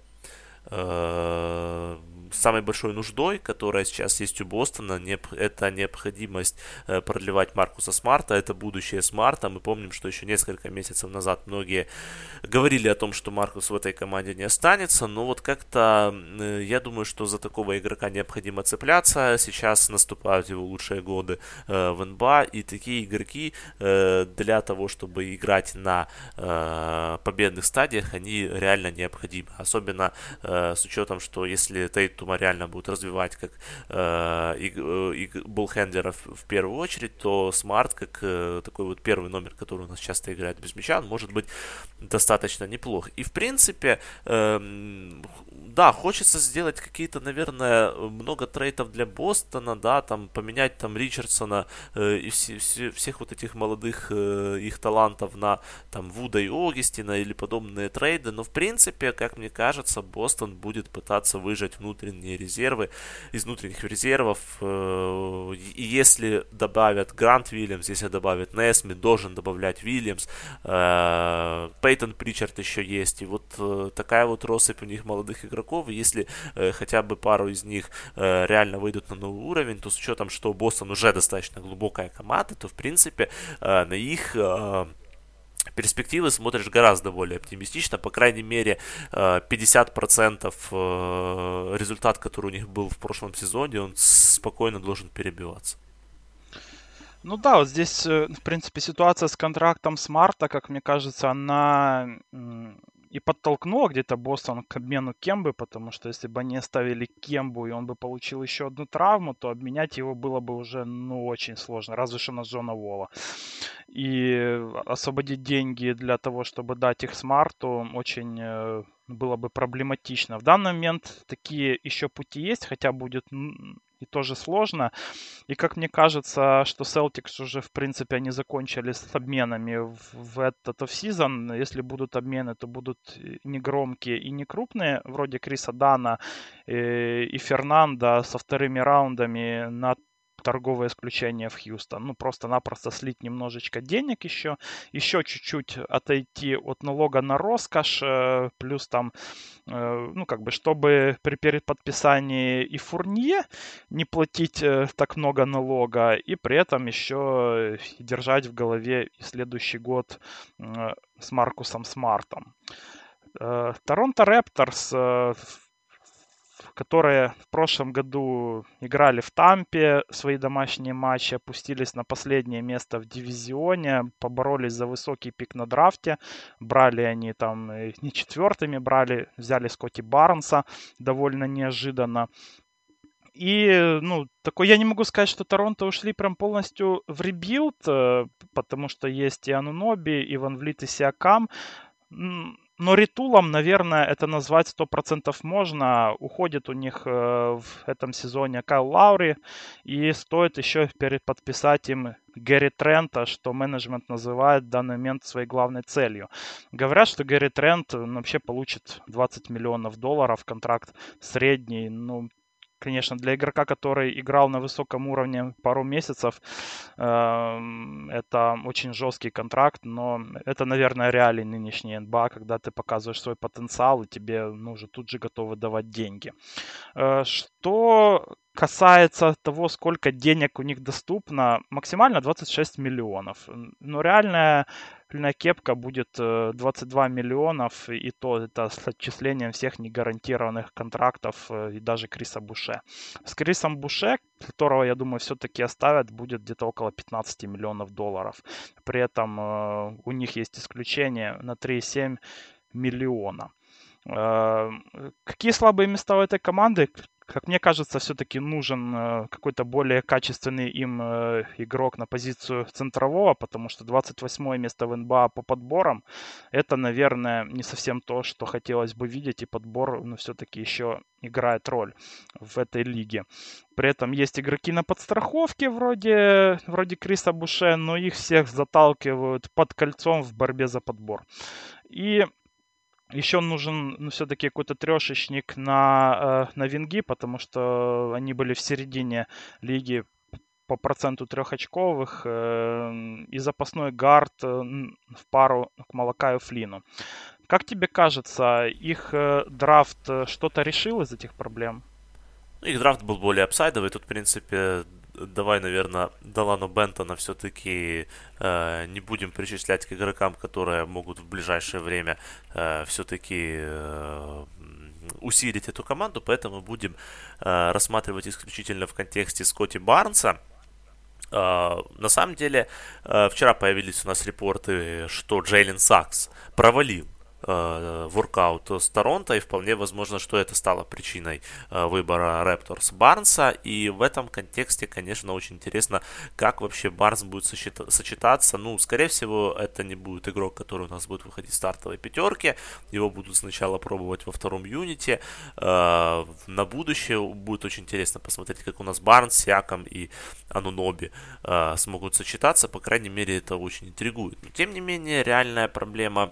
э, самой большой нуждой, которая сейчас есть у Бостона, это необходимость продлевать Маркуса Смарта, это будущее Смарта. Мы помним, что еще несколько месяцев назад многие говорили о том, что Маркус в этой команде не останется, но вот как-то я думаю, что за такого игрока необходимо цепляться. Сейчас наступают его лучшие годы в эн би эй, и такие игроки для того, чтобы играть на победных стадиях, они реально необходимы. Особенно с учетом, что если Тейтум реально будут развивать как э, и, и болхендера в, в первую очередь, то Смарт, как э, такой вот первый номер, который у нас часто играет без мяча, он может быть достаточно неплох. И в принципе, э, да, хочется сделать какие-то, наверное, много трейдов для Бостона, да, там поменять там Ричардсона э, и все, все, всех вот этих молодых э, их талантов на там Вуда и Огестина или подобные трейды, но в принципе, как мне кажется, Бостон будет пытаться выжать внутренние резервы из внутренних резервов, э, и если добавят Грант Уильямс, если добавят Несмит, должен добавлять Уильямс, э, Пейтон Причард еще есть, и вот э, такая вот россыпь у них молодых игроков, и если э, хотя бы пару из них э, реально выйдут на новый уровень, то с учетом, что Бостон уже достаточно глубокая команда, то в принципе э, на их э, перспективы смотришь гораздо более оптимистично. По крайней мере, пятьдесят процентов результат, который у них был в прошлом сезоне, он спокойно должен перебиваться. Ну да, вот здесь, в принципе, ситуация с контрактом Смарта, как мне кажется, она и подтолкнула где-то Бостон к обмену Кембы, потому что если бы они оставили Кембу, и он бы получил еще одну травму, то обменять его было бы уже, ну, очень сложно, разве что на Джона Уолла. И освободить деньги для того, чтобы дать их Смарту, очень было бы проблематично. В данный момент такие еще пути есть, хотя будет и тоже сложно. И как мне кажется, что Celtics уже, в принципе, они закончили с обменами в, в этот оффсизон. Если будут обмены, то будут не громкие и не крупные, вроде Криса Дана и, и Фернанда со вторыми раундами на торговое исключение в Хьюстон. Ну, просто-напросто слить немножечко денег еще, еще чуть-чуть отойти от налога на роскошь, плюс там, ну, как бы, чтобы при переподписании и Фурнье не платить так много налога, и при этом еще держать в голове следующий год с Маркусом Смартом. Торонто Репторс, которые в прошлом году играли в Тампе свои домашние матчи, опустились на последнее место в дивизионе, поборолись за высокий пик на драфте. Брали они там не четвертыми, брали, взяли Скотти Барнса довольно неожиданно. И, ну, такой я не могу сказать, что Торонто ушли прям полностью в ребилд, э, потому что есть и Ануноби, и Ван Влит, и Сиакам. Но ритулом, наверное, это назвать сто процентов можно. Уходит у них э, в этом сезоне Кайл Лаури. И стоит еще переподписать им Гэри Трента, что менеджмент называет в данный момент своей главной целью. Говорят, что Гэри Трент ну, вообще получит двадцать миллионов долларов, контракт средний. Ну, конечно, для игрока, который играл на высоком уровне пару месяцев, э, это очень жесткий контракт, но это, наверное, реалии нынешней эн би эй, когда ты показываешь свой потенциал, и тебе ну, уже тут же готовы давать деньги. Э, что касается того, сколько денег у них доступно, максимально двадцать шесть миллионов. Но реальная кепка будет двадцать два миллионов, и то это с отчислением всех негарантированных контрактов и даже Криса Буше. С Крисом Буше, которого, я думаю, все-таки оставят, будет где-то около пятнадцать миллионов долларов. При этом у них есть исключение на три целых семь миллиона. Какие слабые места у этой команды? Как мне кажется, все-таки нужен э, какой-то более качественный им э, игрок на позицию центрового, потому что двадцать восьмое место в эн би эй по подборам, это, наверное, не совсем то, что хотелось бы видеть, и подбор ну, все-таки еще играет роль в этой лиге. При этом есть игроки на подстраховке вроде, вроде Криса Буше, но их всех заталкивают под кольцом в борьбе за подбор. И еще нужен ну, все-таки какой-то трешечник на, э, на винги, потому что они были в середине лиги по проценту трехочковых. Э, и запасной гард э, в пару к Малакаю Флину. Как тебе кажется, их э, драфт что-то решил из этих проблем? Их драфт был более апсайдовый. Тут, в принципе, давай, наверное, Делано Бентона все-таки э, не будем причислять к игрокам, которые могут в ближайшее время э, все-таки э, усилить эту команду, поэтому будем э, рассматривать исключительно в контексте Скотти Барнса. Э, на самом деле, э, вчера появились у нас репорты, что Джейлен Сакс провалил воркаут с Торонто, и вполне возможно, что это стало причиной выбора Репторс Барнса, и в этом контексте, конечно, очень интересно, как вообще Барнс будет сочетаться. Ну, скорее всего, это не будет игрок, который у нас будет выходить в стартовой пятерке, его будут сначала пробовать во втором юните. На будущее будет очень интересно посмотреть, как у нас Барнс, Сиакам и Ануноби смогут сочетаться, по крайней мере, это очень интригует. Но, тем не менее, реальная проблема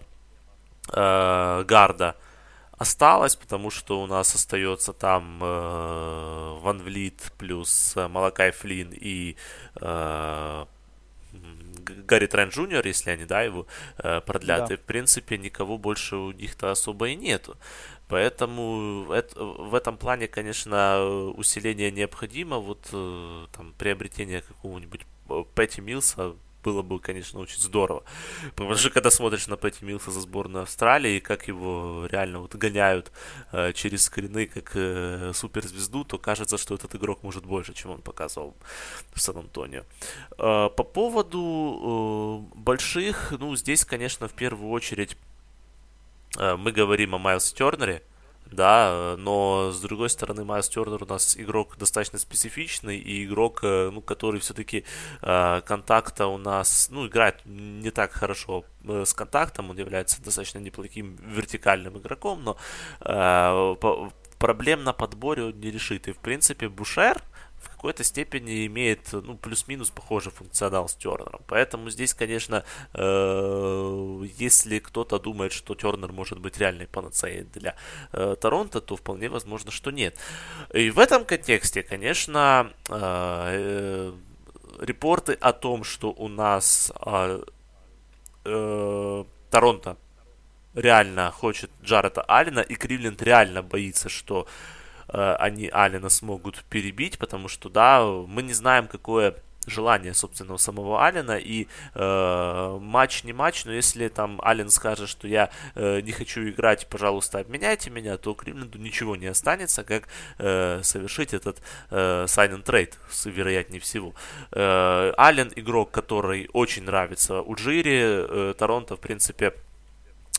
гарда осталось, потому что у нас остается там э, Ван Влит плюс Малакай Флин и э, Гарри Трент Джуниор, если они, да, его э, продлят. Да. И, в принципе, никого больше у них-то особо и нету. Поэтому это, в этом плане, конечно, усиление необходимо. Вот э, там приобретение какого-нибудь Пэтти Милса было бы, конечно, очень здорово. Потому что когда смотришь на Пэтти Милса за сборную Австралии, как его реально вот гоняют э, через скрины как э, суперзвезду, то кажется, что этот игрок может больше, чем он показывал в Сан-Антонио. Э, по поводу э, больших, ну, здесь, конечно, в первую очередь э, мы говорим о Майлсе Тернере. Да, но с другой стороны, Майлс Тернер у нас игрок достаточно специфичный и игрок, ну, который все-таки э, контакта у нас, ну, играет не так хорошо с контактом, он является достаточно неплохим вертикальным игроком, но э, по, проблем на подборе он не решит. И, в принципе, Бушер в какой-то степени имеет, ну, плюс-минус похожий функционал с Тернером. Поэтому здесь, конечно, э, если кто-то думает, что Тернер может быть реальной панацеей для э, Торонто, то вполне возможно, что нет. И в этом контексте, конечно, э, э, репорты о том, что у нас э, э, Торонто реально хочет Джарета Аллена, и Кливленд реально боится, что они Аллена смогут перебить, потому что, да, мы не знаем, какое желание, собственно, у самого Аллена, и э, матч не матч, но если там Аллен скажет, что я э, не хочу играть, пожалуйста, обменяйте меня, то Кливленду ничего не останется, как э, совершить этот э, sign and trade, вероятнее всего. Э, Аллен игрок, который очень нравится Уджире, э, Торонто, в принципе,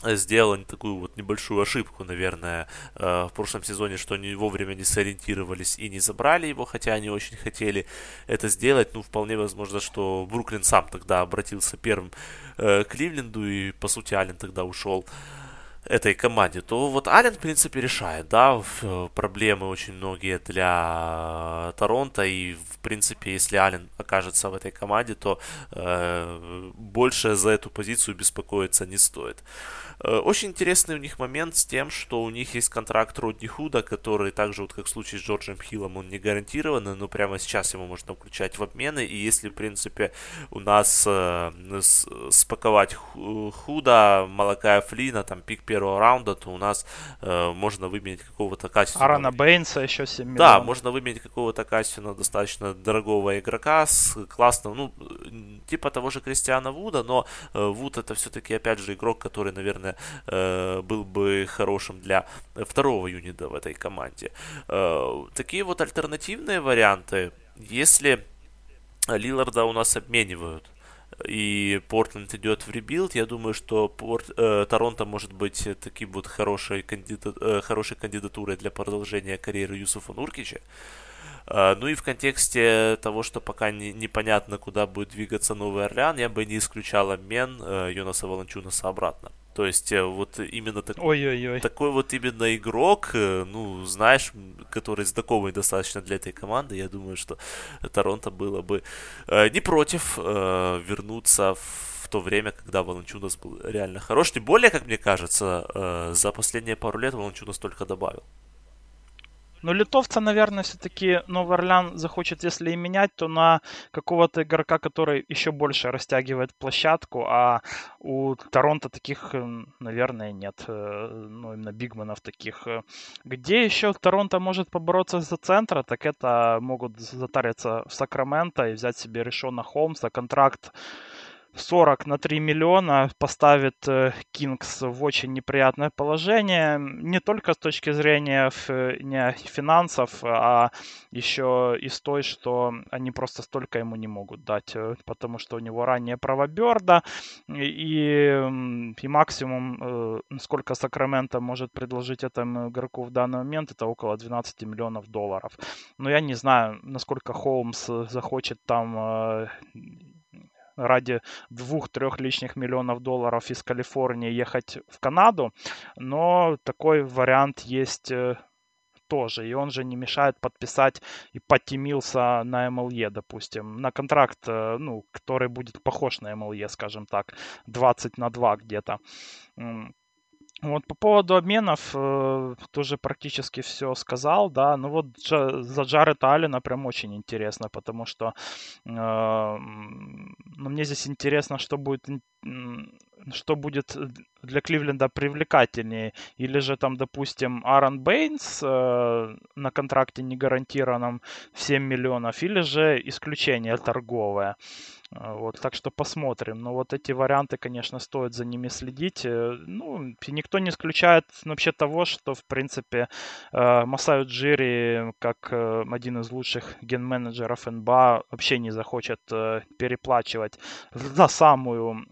сделал такую вот небольшую ошибку, наверное, в прошлом сезоне, что они вовремя не сориентировались и не забрали его, хотя они очень хотели это сделать. Ну, вполне возможно, что Бруклин сам тогда обратился первым к Кливленду, и, по сути, Аллен тогда ушел этой команде, то вот Аллен, в принципе, решает, да, проблемы очень многие для Торонто, и, в принципе, если Аллен окажется в этой команде, то э, больше за эту позицию беспокоиться не стоит. Очень интересный у них момент с тем, что у них есть контракт Родни Худа, который также, вот как в случае с Джорджем Хиллом, он не гарантированный, но прямо сейчас его можно включать в обмены, и если, в принципе, у нас э, спаковать Худа, Малакая Флина, там, пик первого раунда, то у нас э, можно выменять какого-то качественного... Аарона Бейнса еще семь миллионов. Да, можно выменять какого-то качественного, достаточно дорогого игрока с классным, ну, типа того же Кристиана Вуда, но э, Вуд это все-таки, опять же, игрок, который, наверное, был бы хорошим для второго юнита в этой команде. Такие вот альтернативные варианты, если Лиларда у нас обменивают и Портленд идет в ребилд, я думаю, что Порт, э, Торонто может быть таким вот хорошей, кандидат, э, хорошей кандидатурой для продолжения карьеры Юсуфа Нуркича. Ну и в контексте того, что пока не, непонятно, куда будет двигаться Новый Орлеан, я бы не исключал обмен э, Йонаса Волончунаса обратно. То есть вот именно так, такой вот именно игрок, ну, знаешь, который знакомый достаточно для этой команды, я думаю, что Торонто было бы э, не против э, вернуться в то время, когда Волончунас был реально хорош. Тем более, как мне кажется, э, за последние пару лет Волончунас только добавил. Но литовца, наверное, все-таки Новый Орлеан захочет, если и менять, то на какого-то игрока, который еще больше растягивает площадку, а у Торонто таких, наверное, нет. Ну, именно бигменов таких. Где еще Торонто может побороться за центра, так это могут затариться в Сакраменто и взять себе Ришона Холмса. Контракт сорок на три миллиона поставит Кингс в очень неприятное положение. Не только с точки зрения не финансов, а еще и с той, что они просто столько ему не могут дать, потому что у него ранее правоберда. И, и максимум, сколько Сакраменто может предложить этому игроку в данный момент, это около двенадцать миллионов долларов. Но я не знаю, насколько Холмс захочет там... ради двух-трех лишних миллионов долларов из Калифорнии ехать в Канаду, но такой вариант есть тоже, и он же не мешает подписать и Патти Милса на эм эл е, допустим, на контракт, ну, который будет похож на эм эл е, скажем так, двадцать на два где-то. Вот по поводу обменов э, тоже практически все сказал, да. Ну вот Джа, за Джарета Аллена прям очень интересно, потому что э, ну, мне здесь интересно, что будет, что будет для Кливленда привлекательнее. Или же там, допустим, Аарон Бейнс э, на контракте не гарантированном в семь миллионов, или же исключение торговое. Вот, так что посмотрим. Но вот эти варианты, конечно, стоит за ними следить. Ну, и никто не исключает вообще того, что, в принципе, Масай Уджири, как один из лучших ген-менеджеров эн би эй, вообще не захочет переплачивать за самую,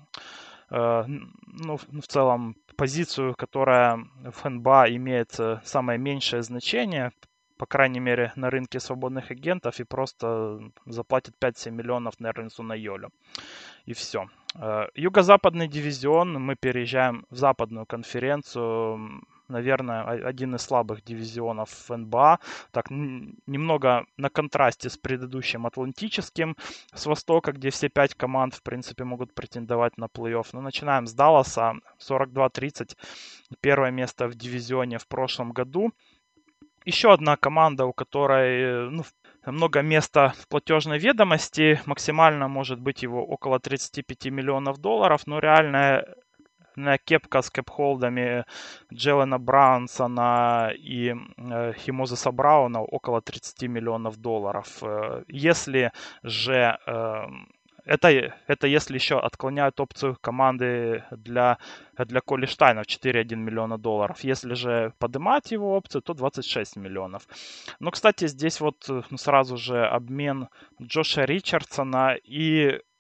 ну, в целом, позицию, которая в эн би эй имеет самое меньшее значение, по крайней мере, на рынке свободных агентов, и просто заплатит пять-семь миллионов Нернсу на Йолю. И все. Юго-западный дивизион. Мы переезжаем в западную конференцию. Наверное, один из слабых дивизионов в эн би эй. Так, немного на контрасте с предыдущим атлантическим с востока, где все пять команд, в принципе, могут претендовать на плей-офф. Но начинаем с Далласа. сорок два тридцать. Первое место в дивизионе в прошлом году. Еще одна команда, у которой ну, много места в платежной ведомости. Максимально может быть его около тридцать пять миллионов долларов. Но реальная кепка с кэп-холдами Джелена Браунсона и э, Химозеса Брауна около тридцать миллионов долларов. Если же... Э, Это, это если еще отклоняют опцию команды для, для Коли Штайна в четыре целых одна десятая миллиона долларов. Если же поднимать его опцию, то двадцать шесть миллионов. Но, кстати, здесь вот ну, сразу же обмен Джоша Ричардсона и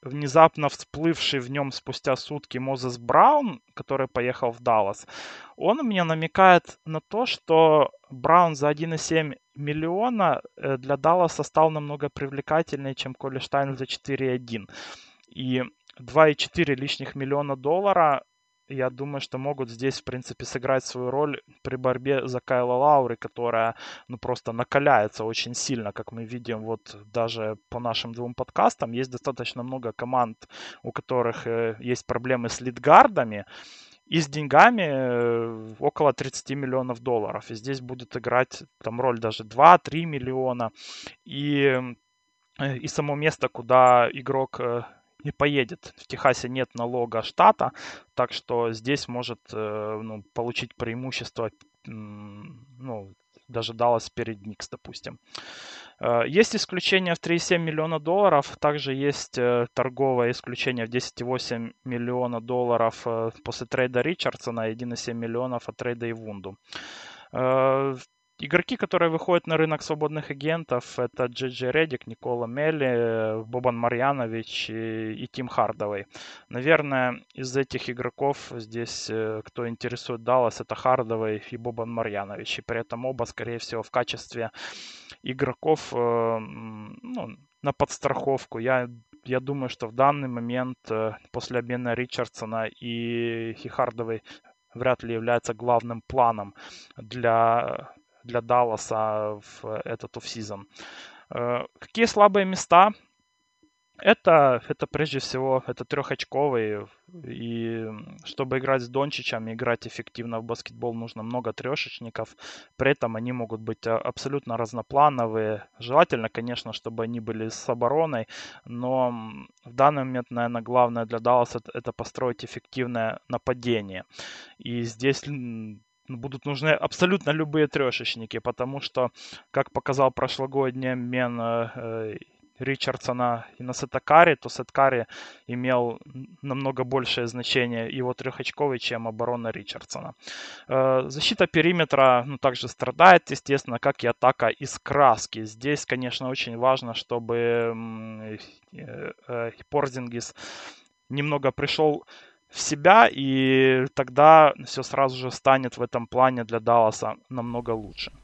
внезапно всплывший в нем спустя сутки Мозес Браун, который поехал в Даллас, он мне намекает на то, что Браун за один и семь миллиона для Далласа стал намного привлекательнее, чем Коли Штайн за четыре и один. И два и четыре лишних миллиона доллара, я думаю, что могут здесь, в принципе, сыграть свою роль при борьбе за Кайла Лаури, которая, ну, просто накаляется очень сильно, как мы видим, вот даже по нашим двум подкастам. Есть достаточно много команд, у которых э, есть проблемы с лидгардами, и с деньгами э, около тридцать миллионов долларов. И здесь будет играть там роль даже два-три миллиона. И, э, и само место, куда игрок... Э, не поедет. В Техасе нет налога штата, так что здесь может э, ну, получить преимущество, ну, даже Даллас перед Никс, допустим. Э, есть исключение в три и семь миллиона долларов, также есть э, торговое исключение в десять и восемь миллиона долларов э, после трейда Ричардсона и один и семь миллионов от трейда Ивунду. Э, Игроки, которые выходят на рынок свободных агентов, это Джей Джей Реддик, Никола Мелли, Бобан Марьянович и, и Тим Хардавей. Наверное, из этих игроков здесь, кто интересует Даллас, это Хардавей и Бобан Марьянович. И при этом оба, скорее всего, в качестве игроков ну, на подстраховку. Я, я думаю, что в данный момент после обмена Ричардсона и, и Хардавей вряд ли является главным планом для... для Далласа в этот оффсизон. Какие слабые места? Это, это прежде всего это трехочковый. И чтобы играть с Дончичем, играть эффективно в баскетбол, нужно много трешечников. При этом они могут быть абсолютно разноплановые. Желательно, конечно, чтобы они были с обороной. Но в данный момент, наверное, главное для Далласа это построить эффективное нападение. И здесь будут нужны абсолютно любые трешечники, потому что, как показал прошлогодний обмен э, Ричардсона и на Сетакари, то Сетакари имел намного большее значение его трехочковый, чем оборона Ричардсона. Э, защита периметра ну, также страдает, естественно, как и атака из краски. Здесь, конечно, очень важно, чтобы э, э, Порзингис немного пришел в себя, и тогда все сразу же станет в этом плане для Далласа намного лучше.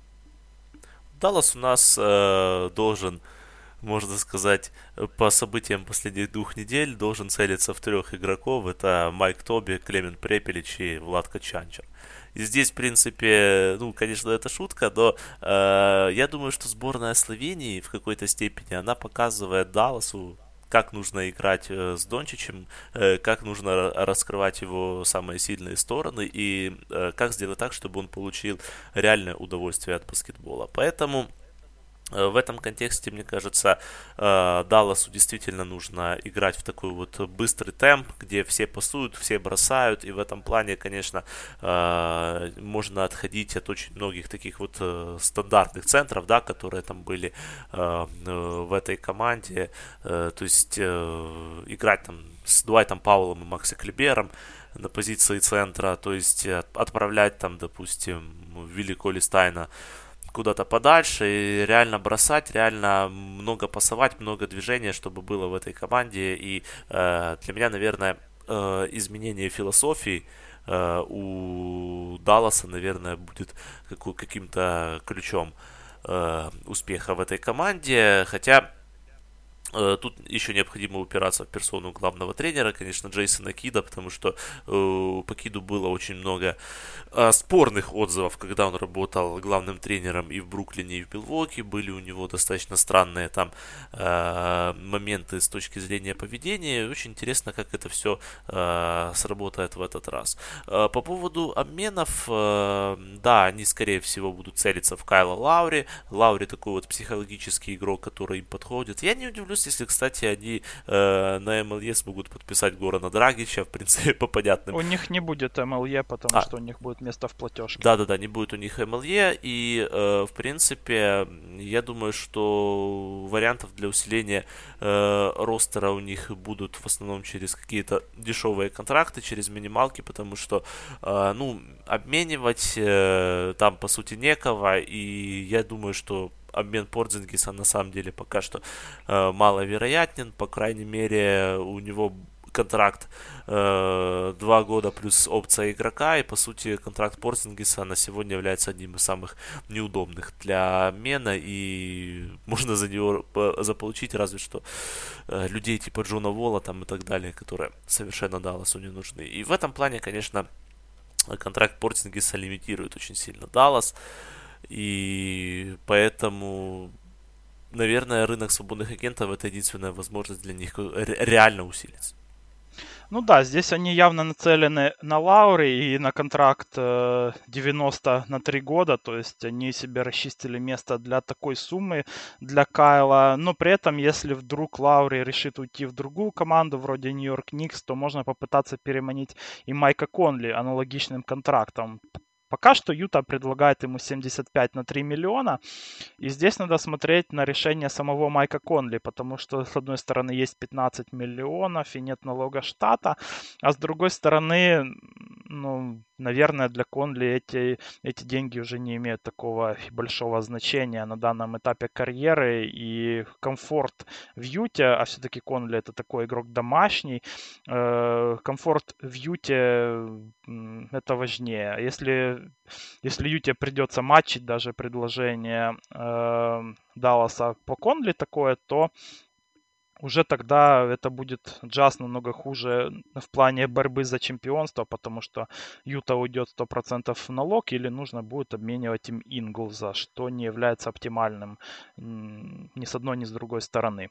Даллас у нас э, должен, можно сказать, по событиям последних двух недель должен целиться в трех игроков. Это Майк Тоби, Клемент Препелич и Влад Качанчер. И здесь, в принципе, ну, конечно, это шутка, но э, я думаю, что сборная Словении в какой-то степени, она показывает Далласу, как нужно играть с Дончичем, как нужно раскрывать его самые сильные стороны и как сделать так, чтобы он получил реальное удовольствие от баскетбола. Поэтому в этом контексте, мне кажется, Далласу действительно нужно играть в такой вот быстрый темп, где все пасуют, все бросают, и в этом плане, конечно, можно отходить от очень многих таких вот стандартных центров, да, которые там были в этой команде, то есть играть там с Дуайтом Пауэллом и Макси Клибером на позиции центра, то есть отправлять там, допустим, Вилли Колли-Стайна куда-то подальше и реально бросать, реально много пасовать, много движения, чтобы было в этой команде. И э, для меня, наверное, э, изменение философии э, у Далласа, наверное, будет как, каким-то ключом э, успеха в этой команде. Хотя э, тут еще необходимо упираться в персону главного тренера, конечно, Джейсона Кида, потому что э, по Киду было очень много э, спорных отзывов, когда он работал главным тренером и в Бруклине, и в Милуоки. Были у него достаточно странные там э, моменты с точки зрения поведения. Очень интересно, как это все э, сработает в этот раз. Э, по поводу обменов, э, да, они, скорее всего, будут целиться в Кайла Лаури. Лаури такой вот психологический игрок, который им подходит. Я не удивлюсь, если, кстати, они э, на эм эл е смогут подписать Горана Драгича, в принципе, по понятным. У них не будет эм эл е, потому а. что у них будет место в платежке. Да-да-да, не будет у них эм эл е, и, э, в принципе, я думаю, что вариантов для усиления э, ростера у них будут в основном через какие-то дешевые контракты, через минималки, потому что, э, ну, обменивать э, там, по сути, некого, и я думаю, что обмен Порзингиса на самом деле пока что э, маловероятен. По крайней мере, у него контракт э, два года плюс опция игрока, и по сути контракт Порзингиса на сегодня является одним из самых неудобных для обмена, и можно за него заполучить разве что э, людей типа Джона Волла там и так далее, которые совершенно Далласу не нужны. И в этом плане, конечно, контракт Портингиса лимитирует очень сильно Даллас, и поэтому, наверное, рынок свободных агентов — это единственная возможность для них реально усилиться. Ну да, здесь они явно нацелены на Лаури и на контракт э, девяносто на три года, то есть они себе расчистили место для такой суммы для Кайла, но при этом, если вдруг Лаури решит уйти в другую команду, вроде Нью-Йорк Никс, то можно попытаться переманить и Майка Конли аналогичным контрактом. Пока что Юта предлагает ему семьдесят пять на три миллиона. И здесь надо смотреть на решение самого Майка Конли, потому что, с одной стороны, есть пятнадцать миллионов и нет налога штата, а с другой стороны, ну, наверное, для Конли эти, эти деньги уже не имеют такого большого значения на данном этапе карьеры, и комфорт в Юте, а все-таки Конли это такой игрок домашний, э, комфорт в Юте э, это важнее. Если Если Юте придется матчить даже предложение э, Далласа по Конли такое, то уже тогда это будет Джаз намного хуже в плане борьбы за чемпионство, потому что Юта уйдет сто процентов в налог, или нужно будет обменивать им Инглза, что не является оптимальным ни с одной, ни с другой стороны.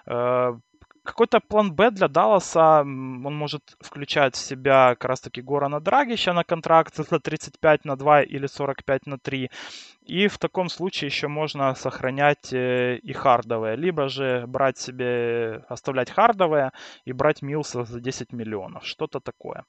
Какой-то план Б для Далласа, он может включать в себя как раз-таки Горана Драгича на контракт за тридцать пять на два или сорок пять на три. И в таком случае еще можно сохранять и Хардовое. Либо же брать себе, оставлять Хардовое и брать Милса за десять миллионов. Что-то такое.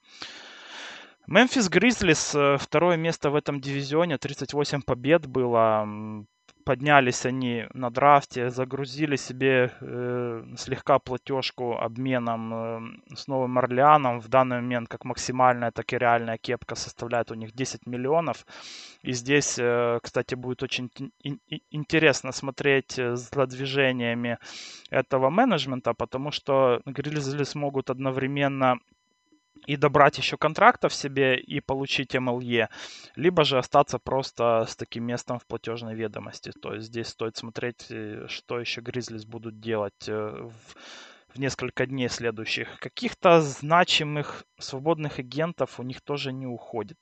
Мемфис Гризлис, второе место в этом дивизионе, тридцать восемь побед было. Поднялись они на драфте, загрузили себе э, слегка платежку обменом э, с Новым Орлеаном. В данный момент как максимальная, так и реальная кепка составляет у них десять миллионов. И здесь, э, кстати, будет очень ин- интересно смотреть за движениями этого менеджмента, потому что Гризли смогут одновременно и добрать еще контрактов себе и получить эм эл е, либо же остаться просто с таким местом в платежной ведомости. То есть здесь стоит смотреть, что еще Гризлис будут делать в, в несколько дней следующих. Каких-то значимых свободных агентов у них тоже не уходит.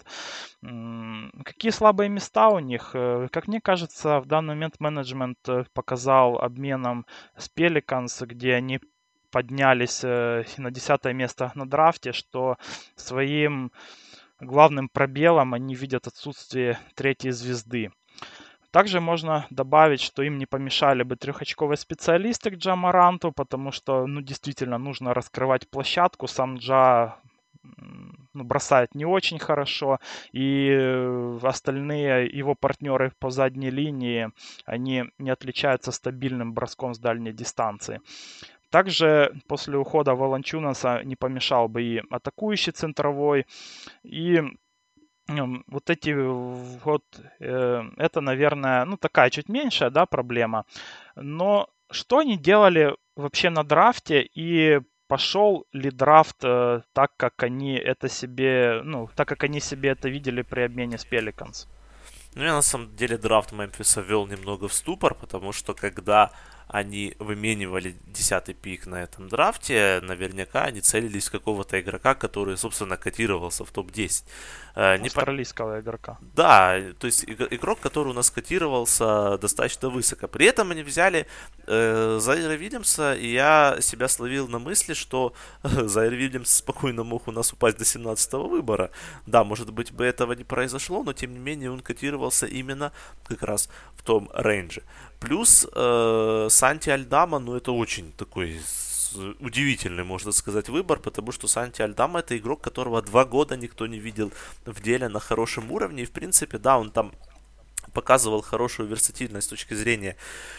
Какие слабые места у них? Как мне кажется, в данный момент менеджмент показал обменом с Pelicans, где они поднялись э, на десятое место на драфте, что своим главным пробелом они видят отсутствие третьей звезды. Также можно добавить, что им не помешали бы трехочковые специалисты к Джа Моранту, потому что, ну, действительно нужно раскрывать площадку. Сам Джа ну, бросает не очень хорошо, и остальные его партнеры по задней линии, они не отличаются стабильным броском с дальней дистанции. Также после ухода Воланчунаса не помешал бы и атакующий центровой. И вот эти вот, э, это, наверное, ну такая чуть меньшая, да, проблема. Но что они делали вообще на драфте, и пошел ли драфт э, так, как они это себе, ну, так как они себе это видели при обмене с Pelicans? Ну, я на самом деле драфт Мемфиса ввел немного в ступор, потому что когда они выменивали десятый пик на этом драфте, наверняка они целились в какого-то игрока, который, собственно, котировался в топ десять. Австралийского Не... игрока. Да, то есть игрок, который у нас котировался достаточно высоко. При этом они взяли э, Зайра Вильямса, и я себя словил на мысли, что э, Зайр Вильямс спокойно мог у нас упасть до семнадцатого выбора. Да, может быть, бы этого не произошло, но тем не менее он котировался именно как раз в том рейнже. Плюс э, Санти Альдама, ну это очень такой удивительный, можно сказать, выбор, потому что Санти Альдама — это игрок, которого два года никто не видел в деле на хорошем уровне, и в принципе, да, он там показывал хорошую версатильность с точки зрения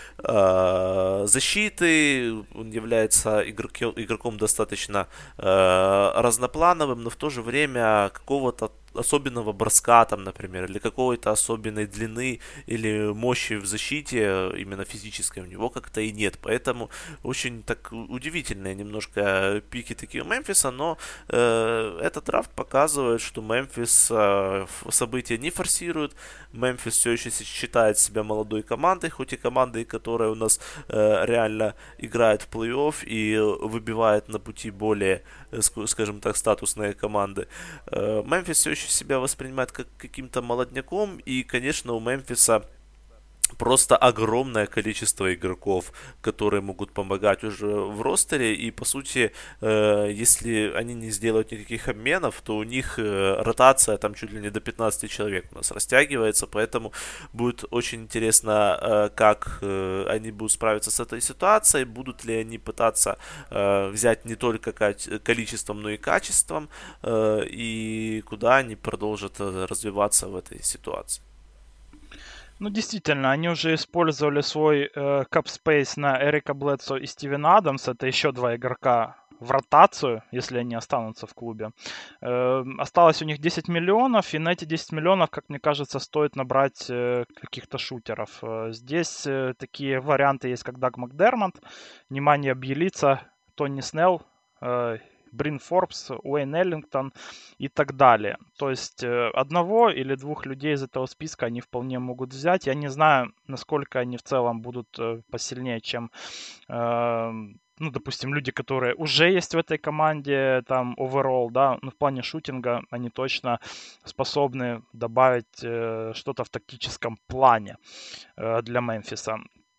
э, защиты, он является игрок, игроком достаточно э, разноплановым, но в то же время какого-то особенного броска, там, например, или какой-то особенной длины или мощи в защите, именно физической, у него как-то и нет. Поэтому очень так удивительные немножко пики такие у Мемфиса, но э, этот драфт показывает, что Мемфис э, события не форсирует. Мемфис все еще считает себя молодой командой, хоть и командой, которая у нас э, реально играет в плей-офф и выбивает на пути более, скажем так, статусные команды. Мемфис все еще себя воспринимает как каким-то молодняком, и, конечно, у Мемфиса просто огромное количество игроков, которые могут помогать уже в ростере, и по сути, э, если они не сделают никаких обменов, то у них э, ротация там чуть ли не до пятнадцати человек у нас растягивается, поэтому будет очень интересно, э, как э, они будут справиться с этой ситуацией, будут ли они пытаться э, взять не только количеством, но и качеством, э, и куда они продолжат развиваться в этой ситуации. Ну, действительно, они уже использовали свой э, кап-спейс на Эрика Блэдсо и Стивена Адамса. Это еще два игрока в ротацию, если они останутся в клубе. Э, осталось у них десять миллионов, и на эти десять миллионов, как мне кажется, стоит набрать э, каких-то шутеров. Э, здесь э, такие варианты есть, как Даг Макдермот, Немanja Бьелица, Тони Снелл, э, Брин Форбс, Уэйн Эллингтон и так далее. То есть э, одного или двух людей из этого списка они вполне могут взять. Я не знаю, насколько они в целом будут э, посильнее, чем, э, ну, допустим, люди, которые уже есть в этой команде, там, overall, да, ну, в плане шутинга они точно способны добавить э, что-то в тактическом плане э, для Мемфиса.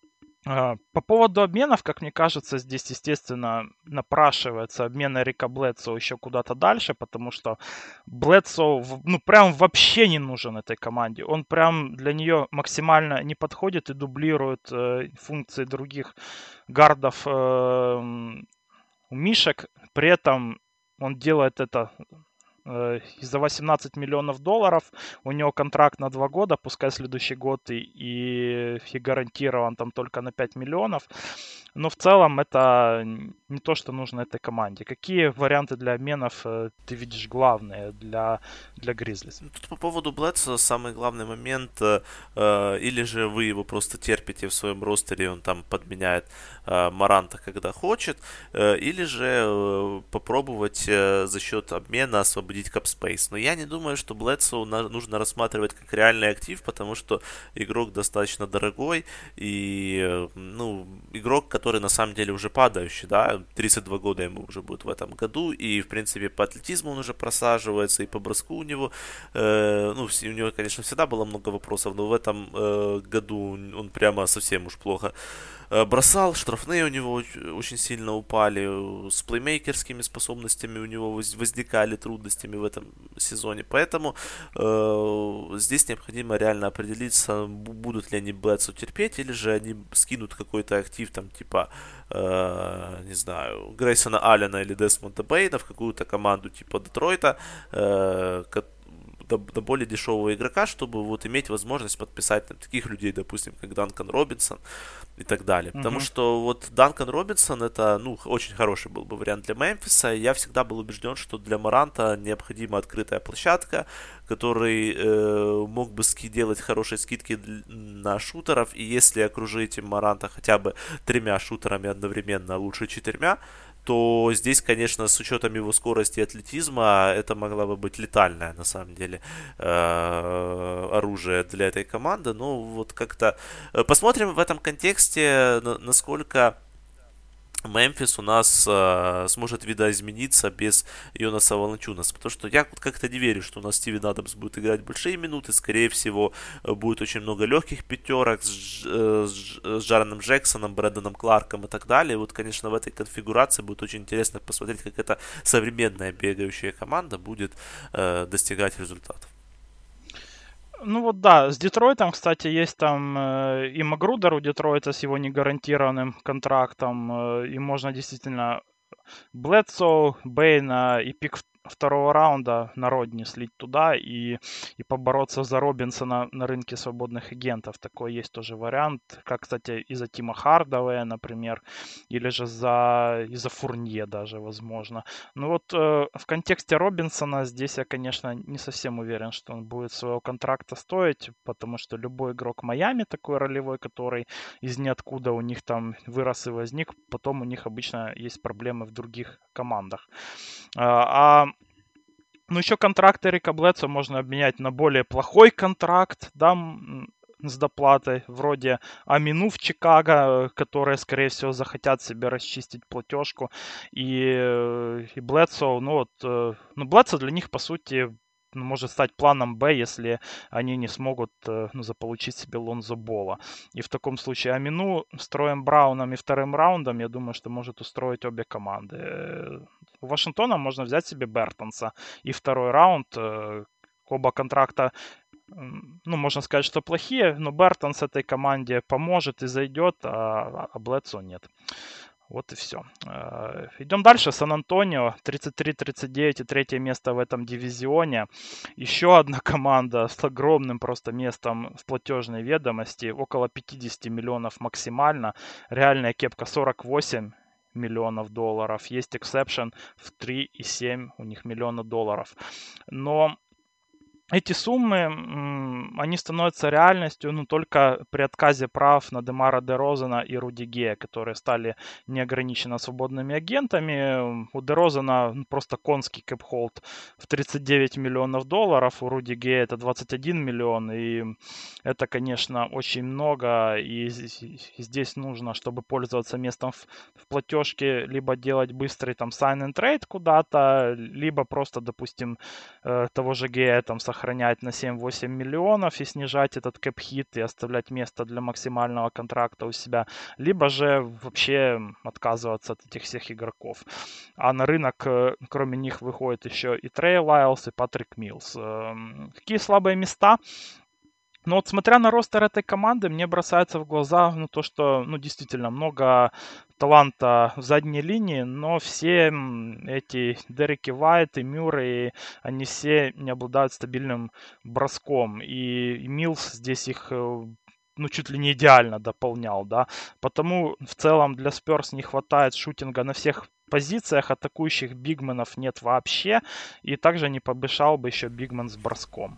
По поводу обменов, как мне кажется, здесь, естественно, напрашивается обмен Эрика Блэдсоу еще куда-то дальше, потому что Блэдсоу, ну, прям вообще не нужен этой команде. Он прям для нее максимально не подходит и дублирует э, функции других гардов э, мишек. При этом он делает это и за восемнадцать миллионов долларов. У него контракт на два года, пускай следующий год и, и, и гарантирован там только на пять миллионов. Но в целом это не то, что нужно этой команде. Какие варианты для обменов ты видишь главные для, для Гризлис? Тут по поводу Блэдсо самый главный момент, э, или же вы его просто терпите в своем ростере, он там подменяет э, Моранта, когда хочет, э, или же э, попробовать э, за счет обмена освободить капспейс. Но я не думаю, что Блэдсо нужно рассматривать как реальный актив, потому что игрок достаточно дорогой и, э, ну, игрок, который на самом деле уже падающий, да, тридцать два года ему уже будет в этом году, и, в принципе, по атлетизму он уже просаживается, и по броску у него, э, ну, у него, конечно, всегда было много вопросов, но в этом э, году он прямо совсем уж плохо бросал, штрафные у него очень сильно упали, с плеймейкерскими способностями у него возникали трудностями в этом сезоне, поэтому э, здесь необходимо реально определиться, будут ли они Блэдсо терпеть, или же они скинут какой-то актив, там, типа, э, не знаю, Грейсона Аллена или Десмонда Бейна в какую-то команду типа Детройта, э, до, до более дешевого игрока, чтобы вот иметь возможность подписать там, таких людей, допустим, как Данкан Робинсон и так далее. Mm-hmm. Потому что вот Данкан Робинсон это, ну, очень хороший был бы вариант для Мемфиса. Я всегда был убежден, что для Моранта необходима открытая площадка, который э, мог бы ски делать хорошие скидки на шутеров, и если окружить Моранта хотя бы тремя шутерами одновременно, а лучше четырьмя, то здесь, конечно, с учетом его скорости и атлетизма, это могла бы быть летальное, на самом деле, оружие для этой команды. Но вот как-то посмотрим в этом контексте, насколько Мемфис у нас э, сможет видоизмениться без Йонаса Valanciunas, потому что я как-то не верю, что у нас Стивен Адамс будет играть большие минуты, скорее всего будет очень много легких пятерок с, э, с Джареном Джексоном, Брэндоном Кларком и так далее. И вот, конечно, в этой конфигурации будет очень интересно посмотреть, как эта современная бегающая команда будет э, достигать результатов. Ну вот да, с Детройтом, кстати, есть там э, и Магрудер у Детройта с его негарантированным контрактом, э, и можно действительно Блэдсоу, Бейна и пик второго раунда на Родни слить туда и, и побороться за Робинсона на рынке свободных агентов. Такой есть тоже вариант, как, кстати, из-за Тима Хардавея, например, или же за, из-за Фурнье даже, возможно. Ну вот э, в контексте Робинсона здесь я, конечно, не совсем уверен, что он будет своего контракта стоить, потому что любой игрок Майами такой ролевой, который из ниоткуда у них там вырос и возник, потом у них обычно есть проблемы в других командах. А, ну, еще контракт Эрика Блэдсо можно обменять на более плохой контракт, да, с доплатой, вроде Амину в Чикаго, которые, скорее всего, захотят себе расчистить платежку. И, и Блэдсо, ну вот, ну, Блэдсо для них, по сути, может стать планом Б, если они не смогут ну, заполучить себе Лонзо Бола. И в таком случае Амину с Троем Брауном и вторым раундом, я думаю, что может устроить обе команды. У Вашингтона можно взять себе Бертонса и второй раунд. Оба контракта, ну, можно сказать, что плохие, но Бертонс этой команде поможет и зайдет, а, а Блэдсо нет. Вот и все. Идем дальше. Сан-Антонио, тридцать три тридцать девять и третье место в этом дивизионе. Еще одна команда с огромным просто местом в платежной ведомости. Около пятьдесят миллионов максимально. Реальная кепка сорок восемь миллионов долларов. Есть эксепшн в три и семь у них миллиона долларов. Но эти суммы, они становятся реальностью, ну, только при отказе прав на Демара Дерозана и Руди Гея, которые стали неограниченно свободными агентами. У Дерозана просто конский кэп-холд в тридцать девять миллионов долларов, у Руди Гея это двадцать один миллион, и это, конечно, очень много, и здесь нужно, чтобы пользоваться местом в, в платежке, либо делать быстрый там sign and trade куда-то, либо просто, допустим, того же Гея там сохранять сохранять на семь-восемь миллионов и снижать этот кэп-хит и оставлять место для максимального контракта у себя, либо же вообще отказываться от этих всех игроков. А на рынок, кроме них, выходит еще и Трей Лайлс, и Патрик Милс. Какие слабые места? Но вот смотря на ростер этой команды, мне бросается в глаза ну, то, что ну, действительно много таланта в задней линии, но все эти Дереки Вайт и Мюррей, они все не обладают стабильным броском. И, и Милс здесь их ну, чуть ли не идеально дополнял, да. Потому в целом для Спёрс не хватает шутинга на всех позициях, атакующих бигменов нет вообще. И также не помешал бы еще бигмен с броском.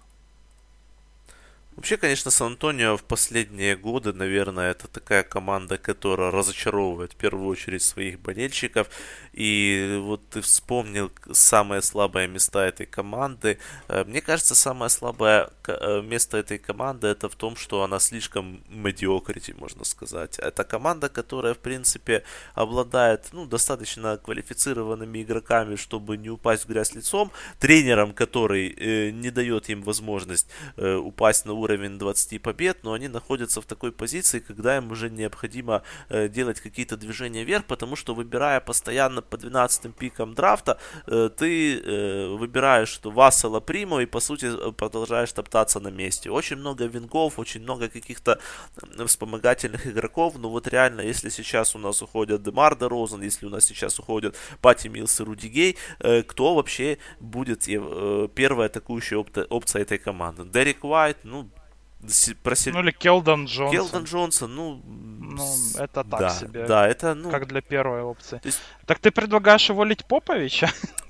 Вообще, конечно, Сан-Антонио в последние годы, наверное, это такая команда, которая разочаровывает в первую очередь своих болельщиков. И вот ты вспомнил самые слабые места этой команды. Мне кажется, самое слабое место этой команды это в том, что она слишком медиокрити, можно сказать. Это команда, которая, в принципе, обладает ну, достаточно квалифицированными игроками, чтобы не упасть в грязь лицом. Тренером, который э, не дает им возможность э, упасть на уровень двадцать побед, но они находятся в такой позиции, когда им уже необходимо э, делать какие-то движения вверх, потому что выбирая постоянно по двенадцатым пикам драфта, э, ты э, выбираешь что Вассела Примо и по сути продолжаешь топтаться на месте. Очень много вингов, очень много каких-то вспомогательных игроков, но вот реально, если сейчас у нас уходят Демар Дерозан, если у нас сейчас уходят Пати Милс и Руди Гей, э, кто вообще будет э, первая атакующая опция, опция этой команды? Дерек Уайт, ну, Про... Ну или Келдон Джонсон. Келдон Джонсон, ну... Ну, это так да, себе. Да, это, ну... Как для первой опции. То есть... Так ты предлагаешь уволить Поповича?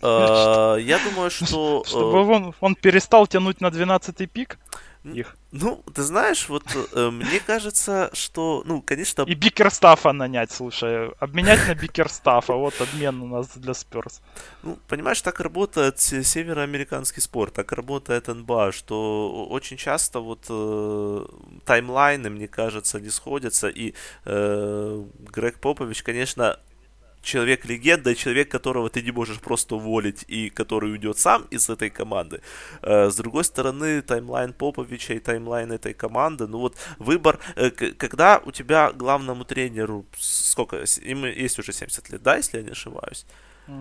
Я думаю, что... Чтобы он, он перестал тянуть на двенадцатый пик их. Ну, ты знаешь, вот э, мне кажется, что, ну, конечно... И Бикерстафа нанять, слушай, обменять на Бикерстафа, вот обмен у нас для Спёрс. Ну, понимаешь, так работает североамериканский спорт, так работает эн бэ а, что очень часто вот э, таймлайны, мне кажется, не сходятся, и э, Грег Попович, конечно... человек-легенда, и человек, которого ты не можешь просто уволить и который уйдет сам из этой команды. С другой стороны, таймлайн Поповича и таймлайн этой команды, ну вот выбор, когда у тебя главному тренеру, сколько, ему есть уже семьдесят лет, да, если я не ошибаюсь? Угу.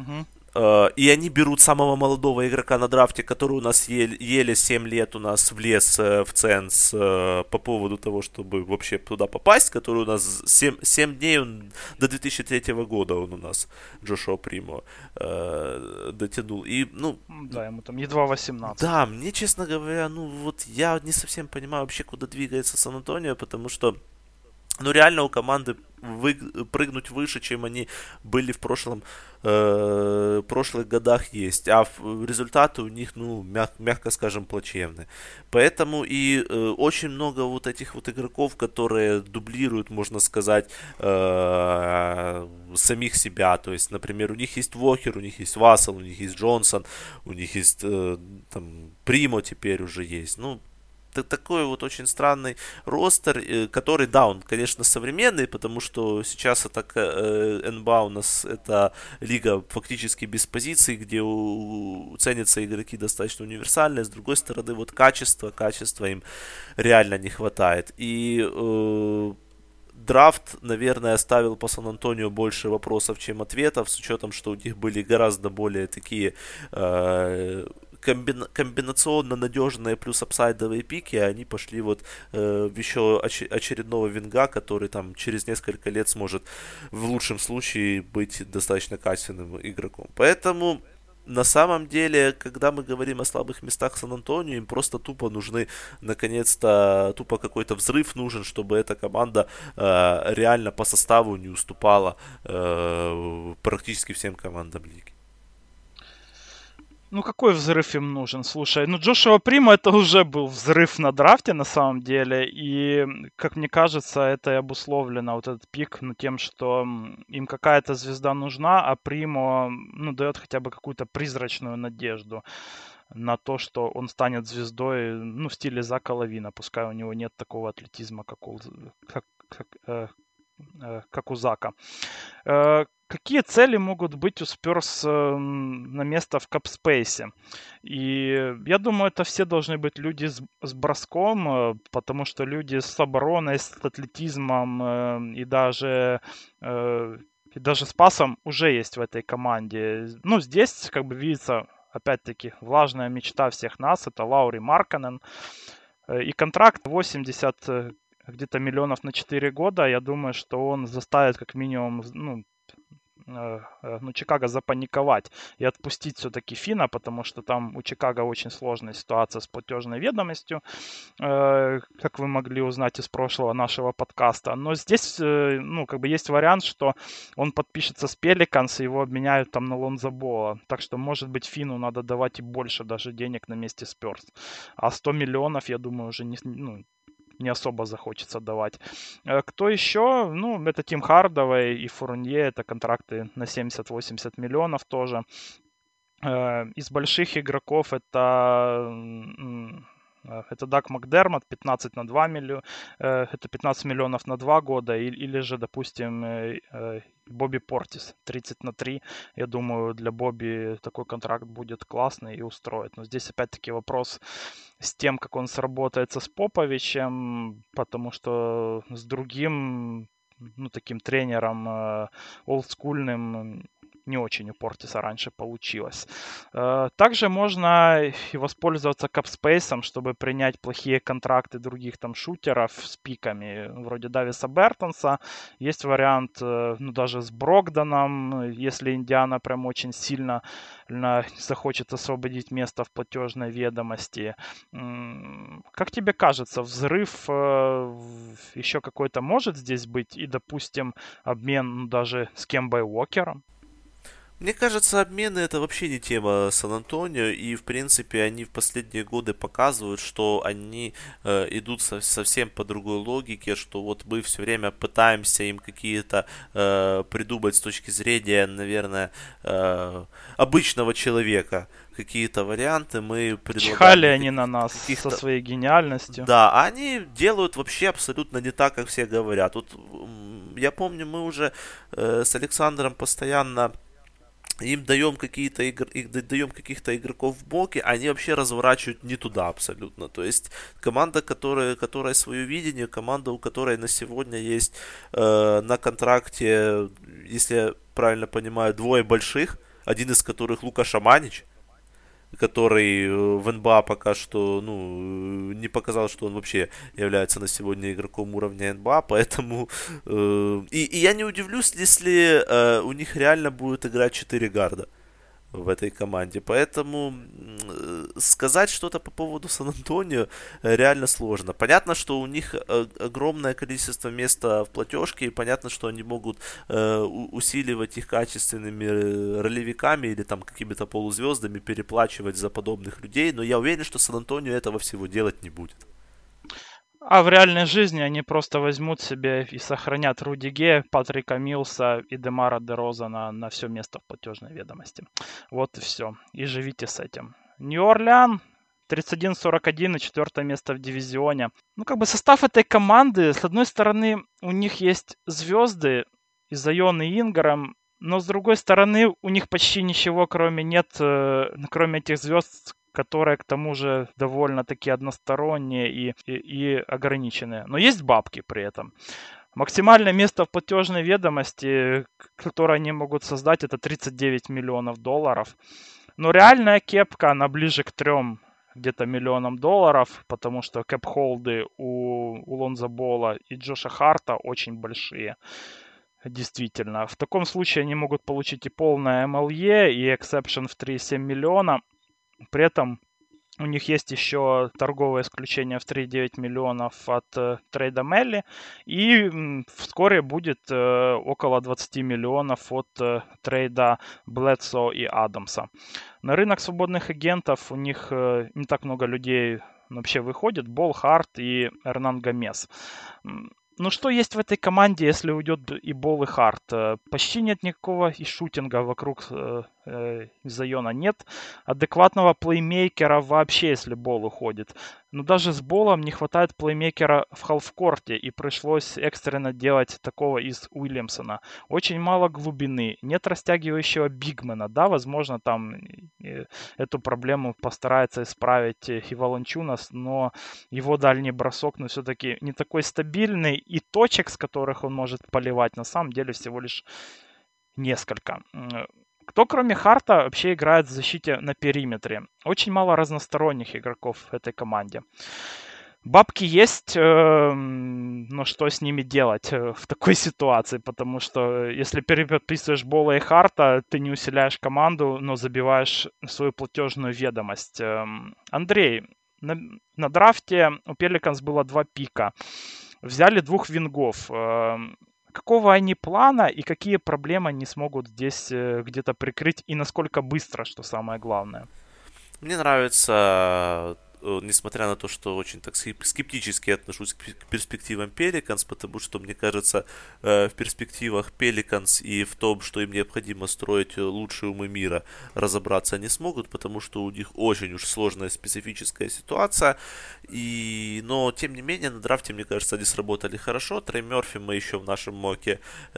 И они берут самого молодого игрока на драфте, который у нас еле, еле семь лет у нас влез в ценз по поводу того, чтобы вообще туда попасть, который у нас семь, семь дней, он, до две тысячи третьего года он у нас, Джошуа Примо, э, дотянул. И, ну, да, ему там едва восемнадцать. Да, мне, честно говоря, ну вот я не совсем понимаю вообще, куда двигается Сан-Антонио, потому что ну, реально у команды вы, прыгнуть выше, чем они были в прошлом, э, прошлых годах есть. А в, результаты у них, ну, мяг, мягко скажем, плачевные. Поэтому и э, очень много вот этих вот игроков, которые дублируют, можно сказать, э, самих себя. То есть, например, у них есть Вокер, у них есть Вассел, у них есть Джонсон, у них есть э, там Примо теперь уже есть. Ну, такой вот очень странный ростер, который, да, он, конечно, современный, потому что сейчас это эн би эй у нас это лига фактически без позиций, где у, ценятся игроки достаточно универсальные. С другой стороны, вот качество, качества им реально не хватает. И э, драфт, наверное, оставил по Сан-Антонио больше вопросов, чем ответов, с учетом, что у них были гораздо более такие э, комбина- комбинационно надежные плюс апсайдовые пики, а они пошли вот э, в еще оч- очередного винга, который там через несколько лет сможет в лучшем случае быть достаточно качественным игроком. Поэтому на самом деле, когда мы говорим о слабых местах Сан-Антонио, им просто тупо нужны, наконец-то, тупо какой-то взрыв нужен, чтобы эта команда э, реально по составу не уступала э, практически всем командам лиги. Ну, какой взрыв им нужен? Слушай, ну, Джошуа Примо это уже был взрыв на драфте, на самом деле. И, как мне кажется, это и обусловлено, вот этот пик, ну, тем, что им какая-то звезда нужна, а Примо, ну, дает хотя бы какую-то призрачную надежду на то, что он станет звездой, ну, в стиле Зака Лавина. Пускай у него нет такого атлетизма, как у, как, как, э, э, как у Зака. Э, Какие цели могут быть у Спёрс э, на место в капспейсе? И я думаю, это все должны быть люди с, с броском, э, потому что люди с обороной, с атлетизмом э, и даже э, и даже с пасом уже есть в этой команде. Ну, здесь, как бы видится, опять-таки, влажная мечта всех нас, это Лаури Маркканен. Э, И контракт восемьдесят э, где-то миллионов на четыре года. Я думаю, что он заставит как минимум, ну, э, э, ну, Чикаго запаниковать и отпустить все-таки Фина, потому что там у Чикаго очень сложная ситуация с платежной ведомостью, э, как вы могли узнать из прошлого нашего подкаста. Но здесь, э, ну, как бы есть вариант, что он подпишется с Пеликанс, и его обменяют там на Лонзо Бола. Так что, может быть, Фину надо давать и больше даже денег на месте Спёрс. А сто миллионов, я думаю, уже не, ну, не особо захочется давать. Кто еще? Ну, это Тим Хардавей и Фурнье. Это контракты на семьдесят-восемьдесят миллионов тоже. Из больших игроков это... Это Даг Макдермот, пятнадцать на два миллиона, это пятнадцать миллионов на два года, или же, допустим, Бобби Портис, тридцать на три. Я думаю, для Бобби такой контракт будет классный и устроит. Но здесь опять-таки вопрос с тем, как он сработается с Поповичем, потому что с другим, ну, таким тренером олдскульным не очень у Портиса раньше получилось. Также можно и воспользоваться капспейсом, чтобы принять плохие контракты других там шутеров с пиками, вроде Дависа Бертонса. Есть вариант, ну, даже с Брогданом, если Индиана прям очень сильно захочет освободить место в платежной ведомости. Как тебе кажется, взрыв еще какой-то может здесь быть? И, допустим, обмен, ну, даже с Кембой Уокером? Мне кажется, обмены это вообще не тема Сан-Антонио, и в принципе они в последние годы показывают, что они э, идут со- совсем по другой логике, что вот мы все время пытаемся им какие-то э, придумать с точки зрения, наверное, э, обычного человека какие-то варианты, мы предлагаем... Чихали они на нас со своей гениальностью. Да, они делают вообще абсолютно не так, как все говорят. Вот я помню, мы уже э, с Александром постоянно им даем какие-то игр, даем каких-то игроков в боки, они вообще разворачивают не туда абсолютно. То есть команда, которая, которая свое видение, команда, у которой на сегодня есть э, на контракте, если я правильно понимаю, двое больших один из которых Лука Шаманич, который в эн бэ а пока что, ну, не показал, что он вообще является на сегодня игроком уровня эн бэ а, поэтому э, и, и я не удивлюсь, если э, у них реально будет играть четыре гарда в этой команде. Поэтому э, сказать что-то по поводу Сан-Антонио э, реально сложно. Понятно, что у них э, огромное количество места в платежке, и понятно, что они могут э, усиливать их качественными ролевиками или там какими-то полузвездами, переплачивать за подобных людей, но я уверен, что Сан-Антонио этого всего делать не будет. А в реальной жизни они просто возьмут себе и сохранят Руди Гея, Патрика Милса и Демара Дерозана на все место в платежной ведомости. Вот и все. И живите с этим. Нью-Орлеан тридцать один сорок один и четвертое место в дивизионе. Ну, как бы состав этой команды, с одной стороны, у них есть звезды, Зайон и Инграм, но с другой стороны, у них почти ничего кроме нет, кроме этих звезд, которые, к тому же, довольно-таки односторонние и, и, и ограниченные. Но есть бабки при этом. Максимальное место в платежной ведомости, которое они могут создать, это тридцать девять миллионов долларов. Но реальная кепка, она ближе к трем где-то миллионам долларов, потому что кэп-холды у, у Лонзо Бола и Джоша Харта очень большие. Действительно. В таком случае они могут получить и полное эм эл и, и эксепшн в три целых семь десятых миллиона. При этом у них есть еще торговое исключение в три целых девять десятых миллионов от э, трейда Мелли. И м, вскоре будет э, около двадцать миллионов от э, трейда Блэдсо и Адамса. На рынок свободных агентов у них э, не так много людей вообще выходит. Бол Харт и Эрнан Гомес. Ну, что есть в этой команде, если уйдет и Бол, и Харт? Почти нет никакого и шутинга вокруг э, э, Зайона. Нет адекватного плеймейкера вообще, если Бол уходит. Но даже с Болом не хватает плеймейкера в халфкорте, и пришлось экстренно делать такого из Уильямсона. Очень мало глубины, нет растягивающего бигмена. Да, возможно, там э, эту проблему постарается исправить и Волончунас, но его дальний бросок, но все-таки не такой стабильный, и точек, с которых он может поливать, на самом деле всего лишь несколько. Кто, кроме Харта, вообще играет в защите на периметре? Очень мало разносторонних игроков в этой команде. Бабки есть, э, но что с ними делать в такой ситуации? Потому что если переподписываешь Бола и Харта, ты не усиляешь команду, но забиваешь свою платежную ведомость. Э, Андрей, на, на драфте у Пеликанс было два пика. Взяли двух вингов. Э, какого они плана и какие проблемы они смогут здесь э, где-то прикрыть и насколько быстро, что самое главное? Мне нравится, несмотря на то, что очень так скептически отношусь к перспективам Pelicans, потому что, мне кажется, в перспективах Pelicans и в том, что им необходимо строить лучшие умы мира, разобраться не смогут, потому что у них очень уж сложная специфическая ситуация. И... Но, тем не менее, на драфте, мне кажется, они сработали хорошо. Трей Мерфи, мы еще в нашем моке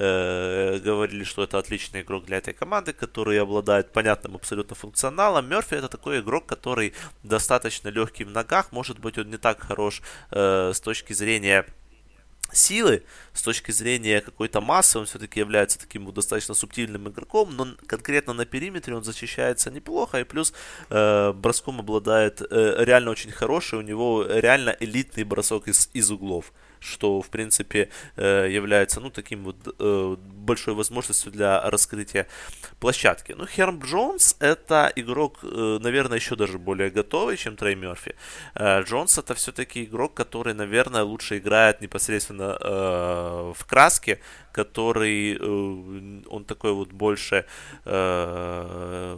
э, говорили, что это отличный игрок для этой команды, который обладает понятным абсолютно функционалом. Мерфи — это такой игрок, который достаточно легкий в ногах. Может быть, он не так хорош э, с точки зрения силы, с точки зрения какой-то массы, он все-таки является таким вот достаточно субтильным игроком, но конкретно на периметре он защищается неплохо, и плюс э, броском обладает э, реально очень хороший, у него реально элитный бросок из, из углов, что, в принципе, э, является, ну, таким вот э, большой возможностью для раскрытия площадки. Ну, Херм Джонс — это игрок, э, наверное, еще даже более готовый, чем Трей Мерфи. Э, Джонс — это все-таки игрок, который, наверное, лучше играет непосредственно э, в краске, который, э, он такой вот больше... Э,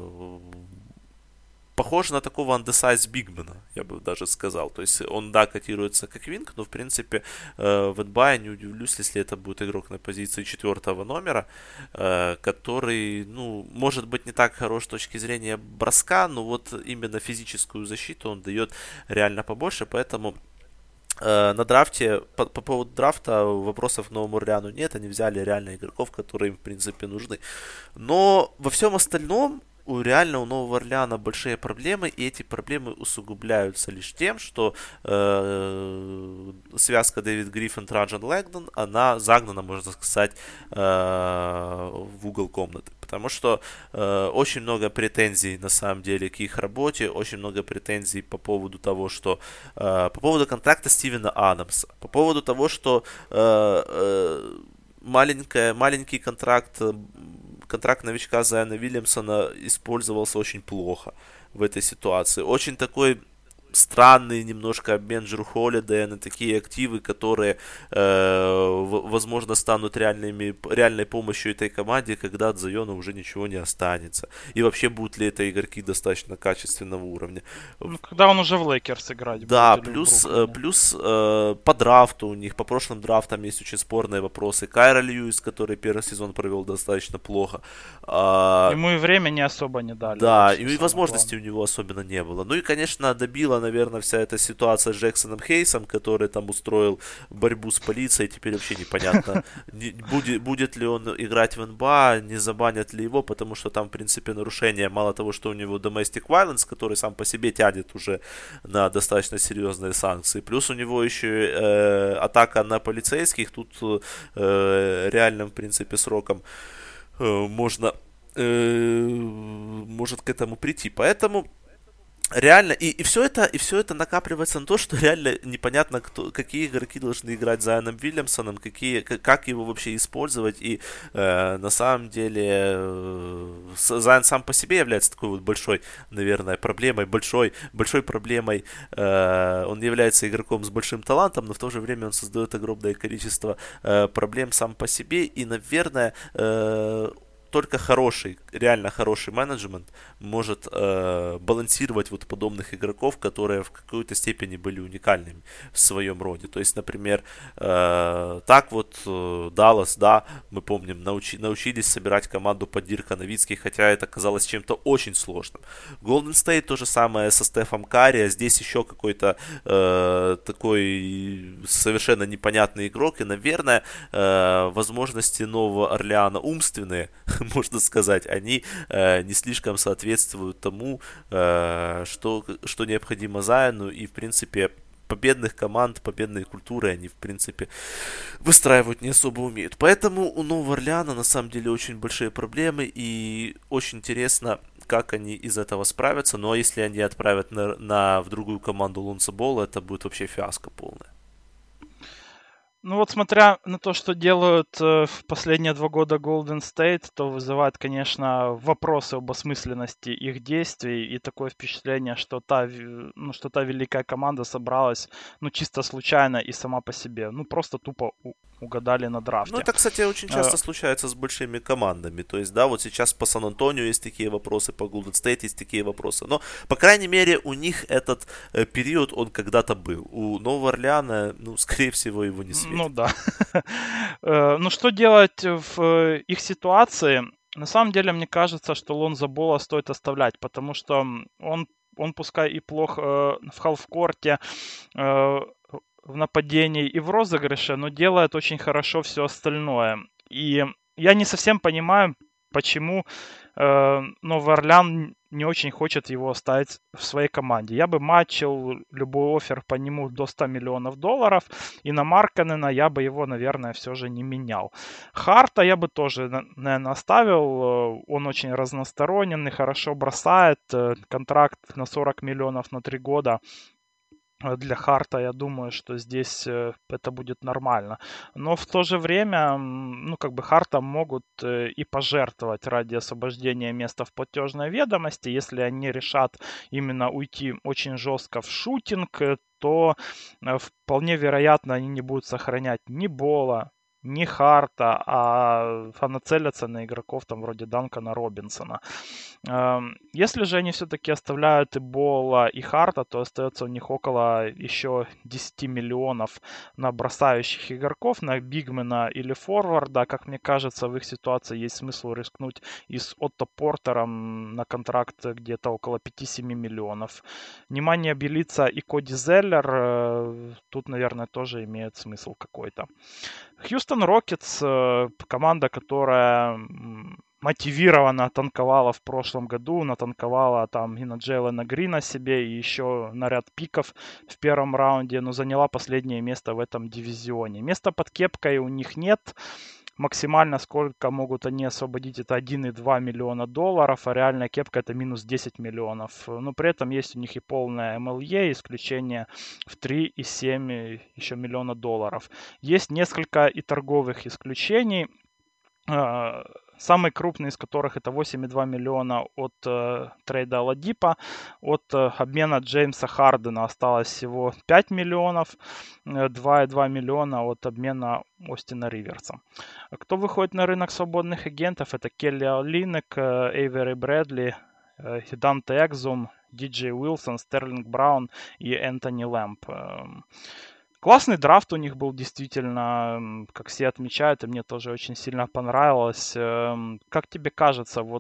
похож на такого undersized бигмена, я бы даже сказал. То есть он, да, котируется как винг, но, в принципе, э, в эн би эй не удивлюсь, если это будет игрок на позиции четвертого номера, э, который, ну, может быть не так хорош с точки зрения броска, но вот именно физическую защиту он дает реально побольше, поэтому на драфте, по, по поводу драфта вопросов к Новому Орлеану нет, они взяли реально игроков, которые им, в принципе, нужны. Но во всем остальном у реально у Нового Орлеана большие проблемы, и эти проблемы усугубляются лишь тем, что э, связка Дэвид Гриффин, Траджан Лэгдон, она загнана, можно сказать, э, в угол комнаты. Потому что э, очень много претензий на самом деле к их работе, очень много претензий по поводу того, что э, по поводу контракта Стивена Адамса, по поводу того, что э, э, маленькая, маленький контракт контракт новичка Зайона Вильямсона использовался очень плохо в этой ситуации. Очень такой странный немножко обмен Джру Холлидея на такие активы, которые, э, возможно, станут реальными, реальной помощью этой команде, когда от Зайона уже ничего не останется. И вообще, будут ли это игроки достаточно качественного уровня. Ну, когда он уже в Лейкерс играть да, будет. плюс, э, плюс э, по драфту у них, по прошлым драфтам есть очень спорные вопросы. Кайра Льюис, который первый сезон провел достаточно плохо. А, Ему и времени особо не дали. Да, и, и возможностей у него особенно не было. Ну и, конечно, добила, наверное, вся эта ситуация с Джексоном Хейсом, который там устроил борьбу с полицией. Теперь вообще непонятно, будет, будет ли он играть в эн бэ а, не забанят ли его, потому что там, в принципе, нарушение, мало того, что у него domestic violence, который сам по себе тянет уже на достаточно серьезные санкции, плюс у него еще э, атака на полицейских, тут э, реальным, в принципе, сроком э, можно э, может к этому прийти. Поэтому реально, и, и все это, и все это накапливается на то, что реально непонятно, кто, какие игроки должны играть с Зайоном Вильямсоном, какие, как его вообще использовать, и э, на самом деле э, Зайон сам по себе является такой вот большой, наверное, проблемой, большой, большой проблемой, э, он является игроком с большим талантом, но в то же время он создает огромное количество э, проблем сам по себе, и, наверное, э, только хороший, реально хороший менеджмент может э, балансировать вот подобных игроков, которые в какой-то степени были уникальными в своем роде. То есть, например, э, так вот э, Даллас, да, мы помним, научи, научились собирать команду под Дирка Новицкий, хотя это казалось чем-то очень сложным. Golden State то же самое со Стефом Карри, а здесь еще какой-то э, такой совершенно непонятный игрок, и, наверное, э, возможности Нового Орлеана умственные, можно сказать, они э, не слишком соответствуют тому, э, что, что необходимо Зайону, и, в принципе, победных команд, победные культуры они, в принципе, выстраивать не особо умеют. Поэтому у Нового Орлеана, на самом деле, очень большие проблемы, и очень интересно, как они из этого справятся. Ну, а если они отправят на, на, в другую команду Лонзо Болла, это будет вообще фиаско полное. Ну вот смотря на то, что делают э, в последние два года Golden State, то вызывает, конечно, вопросы об осмысленности их действий и такое впечатление, что та, ну, что та великая команда собралась, ну, чисто случайно и сама по себе. Ну, просто тупо у- угадали на драфте. Ну, это, кстати, очень часто Э, случается с большими командами. То есть, да, вот сейчас по Сан-Антонио есть такие вопросы, по Golden State есть такие вопросы. Но, по крайней мере, у них этот э, период, он когда-то был. У Нового Орлеана, ну, скорее всего, его не светит. Ну да. Э, Ну что делать в э, их ситуации? На самом деле, мне кажется, что Лонзо Болла стоит оставлять, потому что м, он, он пускай и плох э, в халфкорте, э, в нападении и в розыгрыше, но делает очень хорошо все остальное. И я не совсем понимаю, почему э, Новый Орлеан не очень хочет его оставить в своей команде. Я бы матчил любой оффер по нему до ста миллионов долларов, и на Маркканена я бы его, наверное, все же не менял. Харта я бы тоже, на- наверное, оставил. Э, Он очень разносторонний, хорошо бросает. Э, Контракт на сорок миллионов на три года. Э, Для Харта, я думаю, что здесь э, это будет нормально. Но в то же время, м, ну, как бы Харта могут э, и пожертвовать ради освобождения места в платежной ведомости. Если они решат именно уйти очень жестко в шутинг, э, то э, вполне вероятно они не будут сохранять ни Бола, ни Харта, а а нацелятся на игроков там вроде Данкана Робинсона. Эм, Если же они все-таки оставляют и Бола, и Харта, то остается у них около еще десяти миллионов на бросающих игроков, на бигмена или форварда. Как мне кажется, в их ситуации есть смысл рискнуть и с Отто Портером на контракт где-то около пяти-семи миллионов. Внимание Белица и Коди Зеллер э, тут, наверное, тоже имеют смысл какой-то. Хьюстон Рокетс, э, команда, которая м, мотивированно танковала в прошлом году, натанковала там и на Джейлена Грина себе, и еще на ряд пиков в первом раунде, но заняла последнее место в этом дивизионе. Места под кепкой у них нет. Максимально сколько могут они освободить, это один и два миллиона долларов, а реальная кепка это минус десять миллионов. Но при этом есть у них и полная эм эл е, исключение в три и семь еще миллиона долларов. Есть несколько и торговых исключений. Самый крупный из которых это восемь и два миллиона от э, трейда Ладипа. От э, обмена Джеймса Хардена осталось всего пять миллионов. Э, два и два миллиона от обмена Остина Риверса. Кто выходит на рынок свободных агентов? Это Келли Олинек, э, Эйвери Брэдли, э, Данте Экзум, Ди Джей Уилсон, Стерлинг Браун и Энтони Лэмп. Э, Классный драфт у них был действительно, как все отмечают, и мне тоже очень сильно понравилось. Как тебе кажется, вот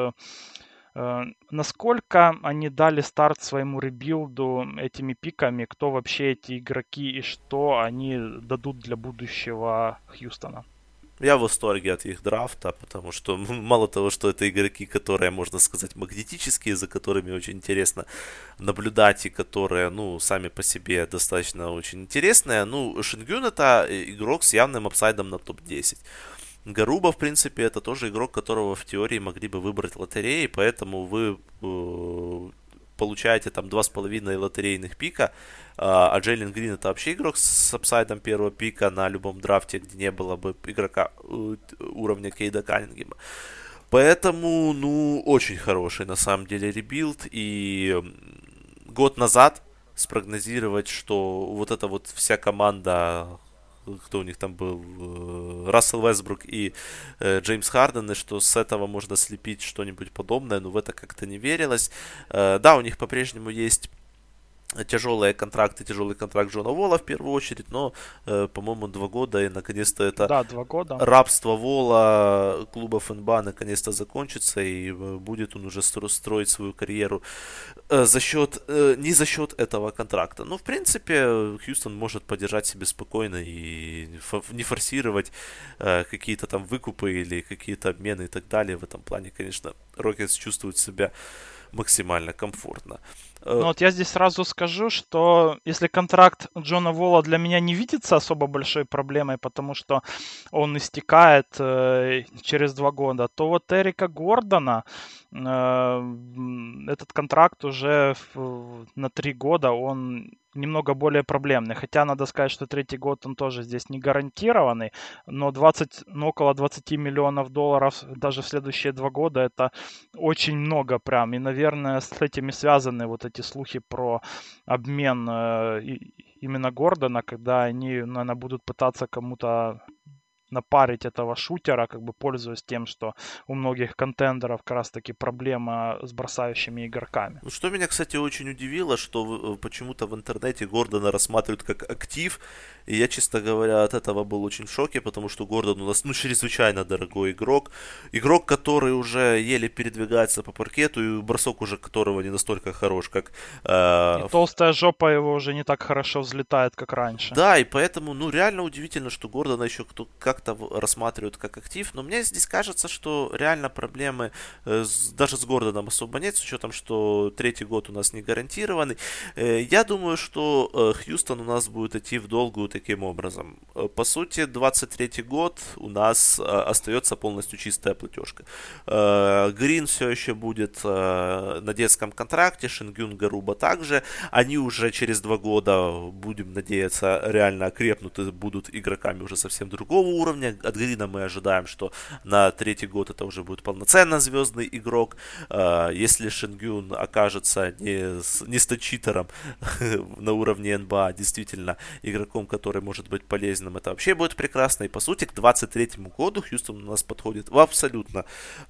насколько они дали старт своему ребилду этими пиками, кто вообще эти игроки и что они дадут для будущего Хьюстона? Я в восторге от их драфта, потому что мало того, что это игроки, которые, можно сказать, магнетические, за которыми очень интересно наблюдать и которые, ну, сами по себе достаточно очень интересные. Ну, Шенгюн это игрок с явным апсайдом на топ десять. Гаруба, в принципе, это тоже игрок, которого в теории могли бы выбрать лотереи, поэтому вы э, получаете там два с половиной лотерейных пика, а Джейлен Грин это вообще игрок с апсайдом первого пика на любом драфте, где не было бы игрока уровня Кейда Каннингема. Поэтому, ну, очень хороший на самом деле ребилд. И год назад спрогнозировать, что вот эта вот вся команда, кто у них там был, Рассел Вестбрук и э, Джеймс Харден, и что с этого можно слепить что-нибудь подобное, но в это как-то не верилось. Э, да, у них по-прежнему есть тяжелые контракты, тяжелый контракт Джона Волла в первую очередь, но, э, по-моему, два года, и наконец-то это да, два года. рабство Волла клуба эф эн би эй наконец-то закончится, и будет он уже строить свою карьеру э, за счет, э, не за счет этого контракта. Но, в принципе, Хьюстон может поддержать себе спокойно и не форсировать э, какие-то там выкупы или какие-то обмены и так далее. В этом плане, конечно, Рокетс чувствует себя максимально комфортно. Ну вот я здесь сразу скажу, что если контракт Джона Волла для меня не видится особо большой проблемой, потому что он истекает э, через два года, то вот Эрика Гордона э, этот контракт уже в, на три года, он немного более проблемный. Хотя надо сказать, что третий год он тоже здесь не гарантированный, но двадцать, ну, около двадцать миллионов долларов даже в следующие два года это очень много прям. И, наверное, с этими связаны вот эти слухи про обмен э, именно Гордона, когда они, наверное, будут пытаться кому-то напарить этого шутера, как бы пользуясь тем, что у многих контендеров как раз таки проблема с бросающими игроками. Ну, что меня, кстати, очень удивило, что почему-то в интернете Гордона рассматривают как актив, и я, честно говоря, от этого был очень в шоке, потому что Гордон у нас, ну, чрезвычайно дорогой игрок, игрок, который уже еле передвигается по паркету, и бросок уже которого не настолько хорош, как... Э... И толстая жопа его уже не так хорошо взлетает, как раньше. Да, и поэтому, ну, реально удивительно, что Гордона еще кто как-то рассматривают как актив, но мне здесь кажется, что реально проблемы э, с, даже с Гордоном особо нет, с учетом, что третий год у нас не гарантированный. Э, я думаю, что э, Хьюстон у нас будет идти в долгую таким образом. Э, по сути, двадцать третий год у нас э, остается полностью чистая платежка. Э, Грин все еще будет э, на детском контракте, Шенгюн, Гаруба также. Они уже через два года, будем надеяться, реально окрепнут и будут игроками уже совсем другого уровня. От Грина мы ожидаем, что на третий год это уже будет полноценно звездный игрок. Если Шенгюн окажется не, не статчитером на уровне эн би эй, действительно игроком, который может быть полезным, это вообще будет прекрасно. И по сути к двадцать третьему году Хьюстон у нас подходит в абсолютно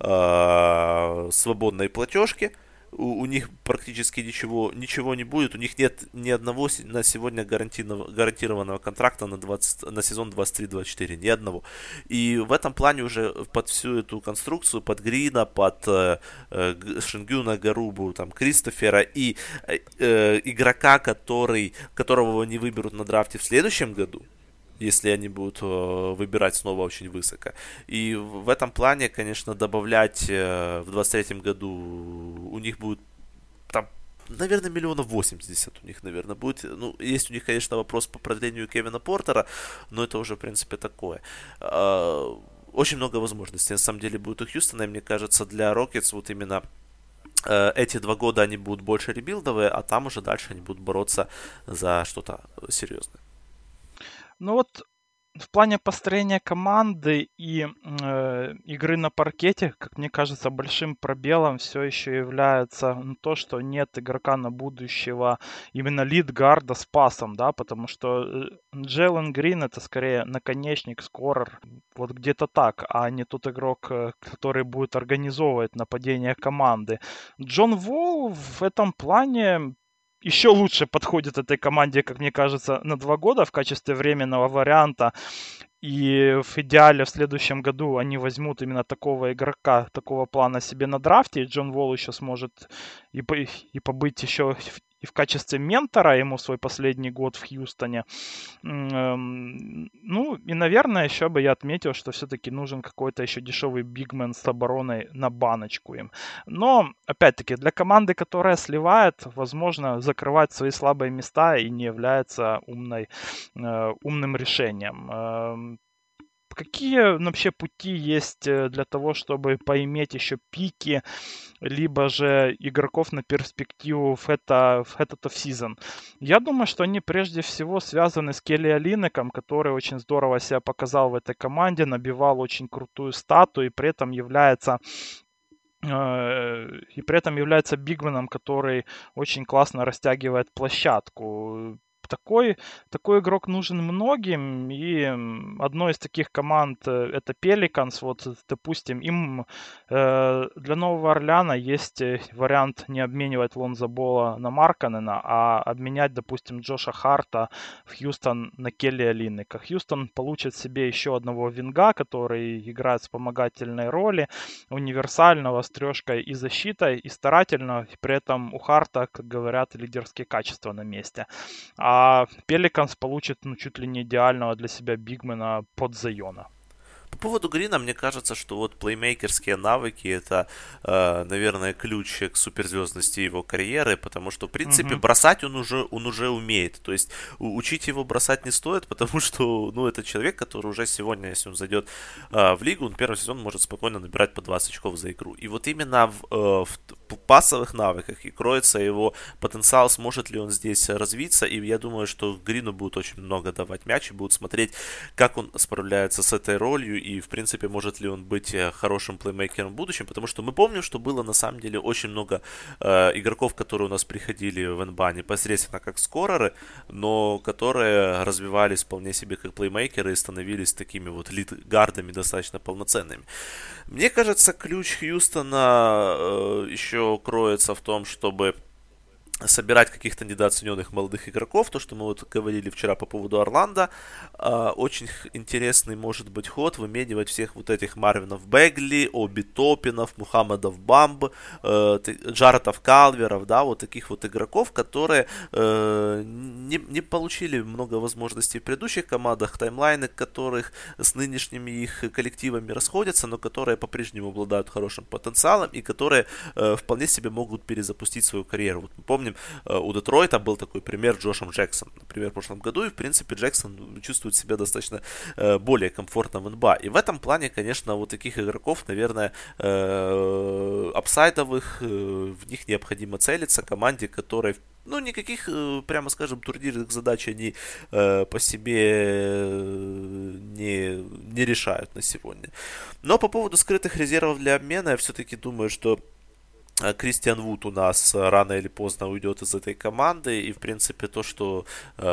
э, свободной платежке. У, у них практически ничего, ничего не будет. У них нет ни одного на сегодня гарантированного контракта на, двадцать, на сезон двадцать три двадцать четыре. Ни одного. И в этом плане уже под всю эту конструкцию, под Грина, под э, Шенгюна, Гарубу, там, Кристофера и э, игрока, который, которого они выберут на драфте в следующем году, если они будут э, выбирать снова очень высоко. И в этом плане, конечно, добавлять э, в двадцать третьем году у них будет там, наверное, миллионов восемьдесят у них, наверное, будет. Ну, есть у них, конечно, вопрос по продлению Кевина Портера, но это уже, в принципе, такое. Э, очень много возможностей, на самом деле, будет у Хьюстона, и мне кажется, для Рокетс вот именно э, эти два года они будут больше ребилдовые, а там уже дальше они будут бороться за что-то серьезное. Ну вот в плане построения команды и э, игры на паркете, как мне кажется, большим пробелом все еще является ну, то, что нет игрока на будущего именно лид-гарда с пасом, да, потому что Джейлен Грин это скорее наконечник, скорер, вот где-то так, а не тот игрок, который будет организовывать нападение команды. Джон Волл в этом плане еще лучше подходит этой команде, как мне кажется, на два года в качестве временного варианта. И в идеале в следующем году они возьмут именно такого игрока, такого плана себе на драфте. И Джон Волл еще сможет и, по, и побыть еще и в качестве ментора ему свой последний год в Хьюстоне. Ну, и, наверное, еще бы я отметил, что все-таки нужен какой-то еще дешевый бигмен с обороной на баночку им. Но, опять-таки, для команды, которая сливает, возможно, закрывать свои слабые места и не является умной, умным решением. Какие вообще пути есть для того, чтобы поиметь еще пики, либо же игроков на перспективу в, это, в этот оффсизон? Я думаю, что они прежде всего связаны с Келли Олинеком, который очень здорово себя показал в этой команде, набивал очень крутую стату и при этом является и при этом является бигменом, который очень классно растягивает площадку. Такой, такой игрок нужен многим, и одной из таких команд это Pelicans. Вот, допустим, им э, для Нового Орлеана есть вариант не обменивать Лонзо Бола на Маркканена, а обменять, допустим, Джоша Харта в Хьюстон на Келли Олинека. Хьюстон получит себе еще одного винга, который играет в вспомогательной роли, универсального, с трешкой и защитой, и старательно, и при этом у Харта, как говорят, лидерские качества на месте. А А Пеликанс получит ну, чуть ли не идеального для себя бигмена под Зайона. По поводу Грина, мне кажется, что вот плеймейкерские навыки это, э, наверное, ключ к суперзвездности его карьеры, потому что, в принципе, uh-huh. бросать он уже, он уже умеет. То есть учить его бросать не стоит, потому что, ну, это человек, который уже сегодня, если он зайдет э, в лигу, он первый сезон может спокойно набирать по двадцать очков за игру. И вот именно в, э, в пассовых навыках и кроется его потенциал, сможет ли он здесь развиться. И я думаю, что Грину будут очень много давать мяч и будут смотреть, как он справляется с этой ролью. И, в принципе, может ли он быть хорошим плеймейкером в будущем, потому что мы помним, что было, на самом деле, очень много э, игроков, которые у нас приходили в эн би эй непосредственно как скореры, но которые развивались вполне себе как плеймейкеры и становились такими вот лид-гардами достаточно полноценными. Мне кажется, ключ Хьюстона э, еще кроется в том, чтобы собирать каких-то недооцененных молодых игроков, то, что мы вот говорили вчера по поводу Орландо, э, очень интересный может быть ход выменивать всех вот этих Марвинов Бегли, Оби Топинов, Мухаммадов Бамб, э, Джаретов Калверов, да, вот таких вот игроков, которые э, не, не получили много возможностей в предыдущих командах, таймлайны которых с нынешними их коллективами расходятся, но которые по-прежнему обладают хорошим потенциалом и которые э, вполне себе могут перезапустить свою карьеру. Вот мы помним, у Детройта был такой пример Джошем Джексоном, например, в прошлом году, и, в принципе, Джексон чувствует себя достаточно э, более комфортно в эн би эй. И в этом плане, конечно, вот таких игроков, наверное, э, апсайдовых, э, в них необходимо целиться команде, которая, ну, никаких, э, прямо скажем, турнирных задач они э, по себе не, не решают на сегодня. Но по поводу скрытых резервов для обмена, я все-таки думаю, что Кристиан Вуд у нас рано или поздно уйдет из этой команды. И, в принципе, то, что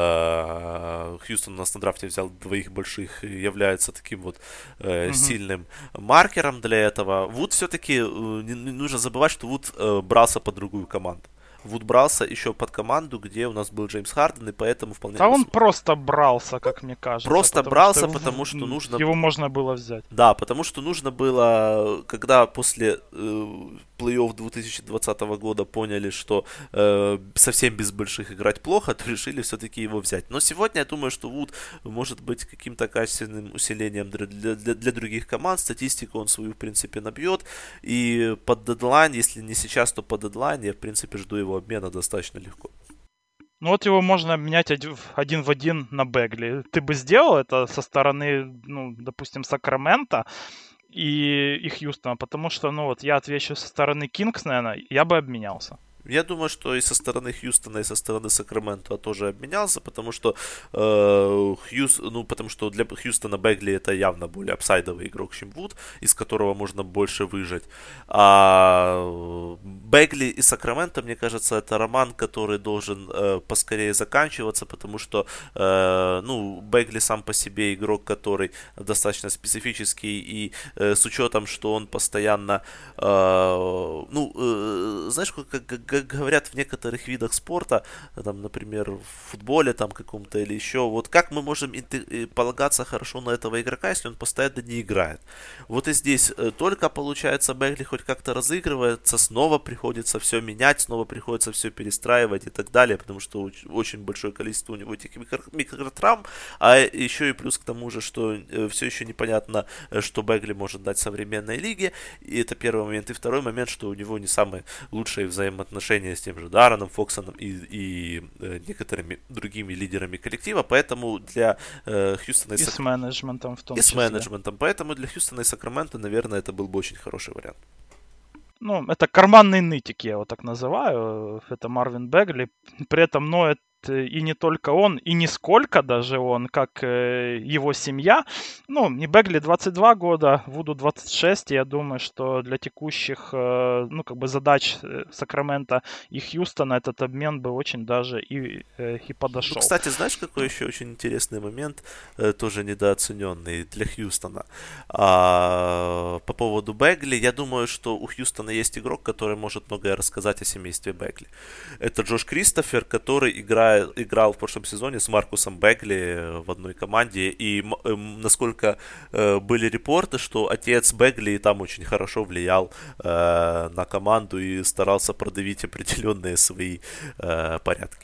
э, Хьюстон у нас на драфте взял двоих больших, является таким вот э, mm-hmm. сильным маркером для этого. Вуд все-таки, э, не, не нужно забывать, что Вуд э, брался под другую команду. Вуд брался еще под команду, где у нас был Джеймс Харден, и поэтому вполне... А он просто брался, как мне кажется. Просто потому брался, что потому что нужно... Его можно было взять. Да, потому что нужно было, когда после... Э, плей-офф две тысячи двадцатого года поняли, что э, совсем без больших играть плохо, то решили все-таки его взять. Но сегодня я думаю, что Вуд может быть каким-то качественным усилением для, для, для других команд. Статистику он свою, в принципе, набьет. И под дедлайн, если не сейчас, то под дедлайн, я, в принципе, жду его обмена достаточно легко. Ну вот его можно обменять один, один в один на Бегли. Ты бы сделал это со стороны, ну, допустим, Сакрамента и, и Хьюстона? Потому что, ну вот, я отвечу со стороны Кингс, наверное, я бы обменялся. Я думаю, что и со стороны Хьюстона, и со стороны Сакрамента тоже обменялся, потому что э, Хьюс, ну, потому что для Хьюстона Бегли это явно более апсайдовый игрок, чем Вуд, из которого можно больше выжать. А Бегли и Сакраменто, мне кажется, это роман, который должен э, поскорее заканчиваться, потому что, э, ну, Бегли сам по себе игрок, который достаточно специфический, и э, с учетом, что он постоянно, э, ну, э, знаешь, как, как как говорят в некоторых видах спорта, там, например, в футболе там каком-то или еще, вот как мы можем полагаться хорошо на этого игрока, если он постоянно не играет? Вот и здесь только, получается, Бегли хоть как-то разыгрывается, снова приходится все менять, снова приходится все перестраивать и так далее, потому что очень большое количество у него этих микротравм, а еще и плюс к тому же, что все еще непонятно, что Бегли может дать современной лиге, и это первый момент. И второй момент, что у него не самые лучшие взаимоотношения с тем же Дарреном Фоксоном и, и э, некоторыми другими лидерами коллектива, поэтому для э, Хьюстона и, и Сак... с менеджментом в том и числе. с менеджментом, поэтому для Хьюстона и Сакрамента, наверное, это был бы очень хороший вариант. Ну, это карманный нытик, я его так называю, это Марвин Бегли, при этом, ну, это и не только он, и не сколько даже он, как э, его семья. Ну, не Бегли двадцать два года, Вуду двадцать шесть. Я думаю, что для текущих, э, ну, как бы задач Сакрамента и Хьюстона этот обмен бы очень даже и, э, и подошел. Ну, кстати, знаешь, какой еще очень интересный момент, э, тоже недооцененный для Хьюстона? А, по поводу Бегли, я думаю, что у Хьюстона есть игрок, который может многое рассказать о семействе Бегли. Это Джош Кристофер, который играет играл в прошлом сезоне с Маркусом Бегли в одной команде, и э, насколько э, были репорты, что отец Бегли там очень хорошо влиял э, на команду и старался продавить определенные свои э, порядки.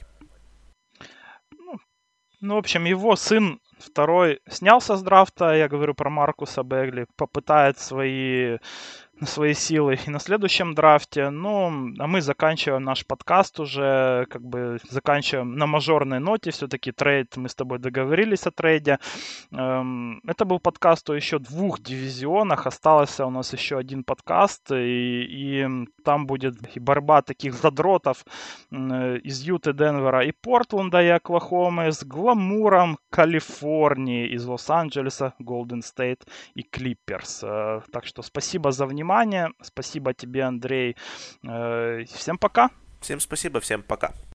Ну, ну, в общем, его сын второй снялся с драфта, я говорю про Маркуса Бегли, попытает свои свои силы и на следующем драфте. Ну, а мы заканчиваем наш подкаст уже, как бы заканчиваем на мажорной ноте. Все-таки трейд, мы с тобой договорились о трейде. Это был подкаст о еще двух дивизионах. Остался у нас еще один подкаст, и, и там будет и борьба таких задротов из Юты, Денвера и Портленда, и Оклахомы, с гламуром Калифорнии, из Лос-Анджелеса, Голден Стейт и Клипперс. Так что спасибо за внимание. Спасибо тебе, Андрей. Всем пока. Всем спасибо, всем пока.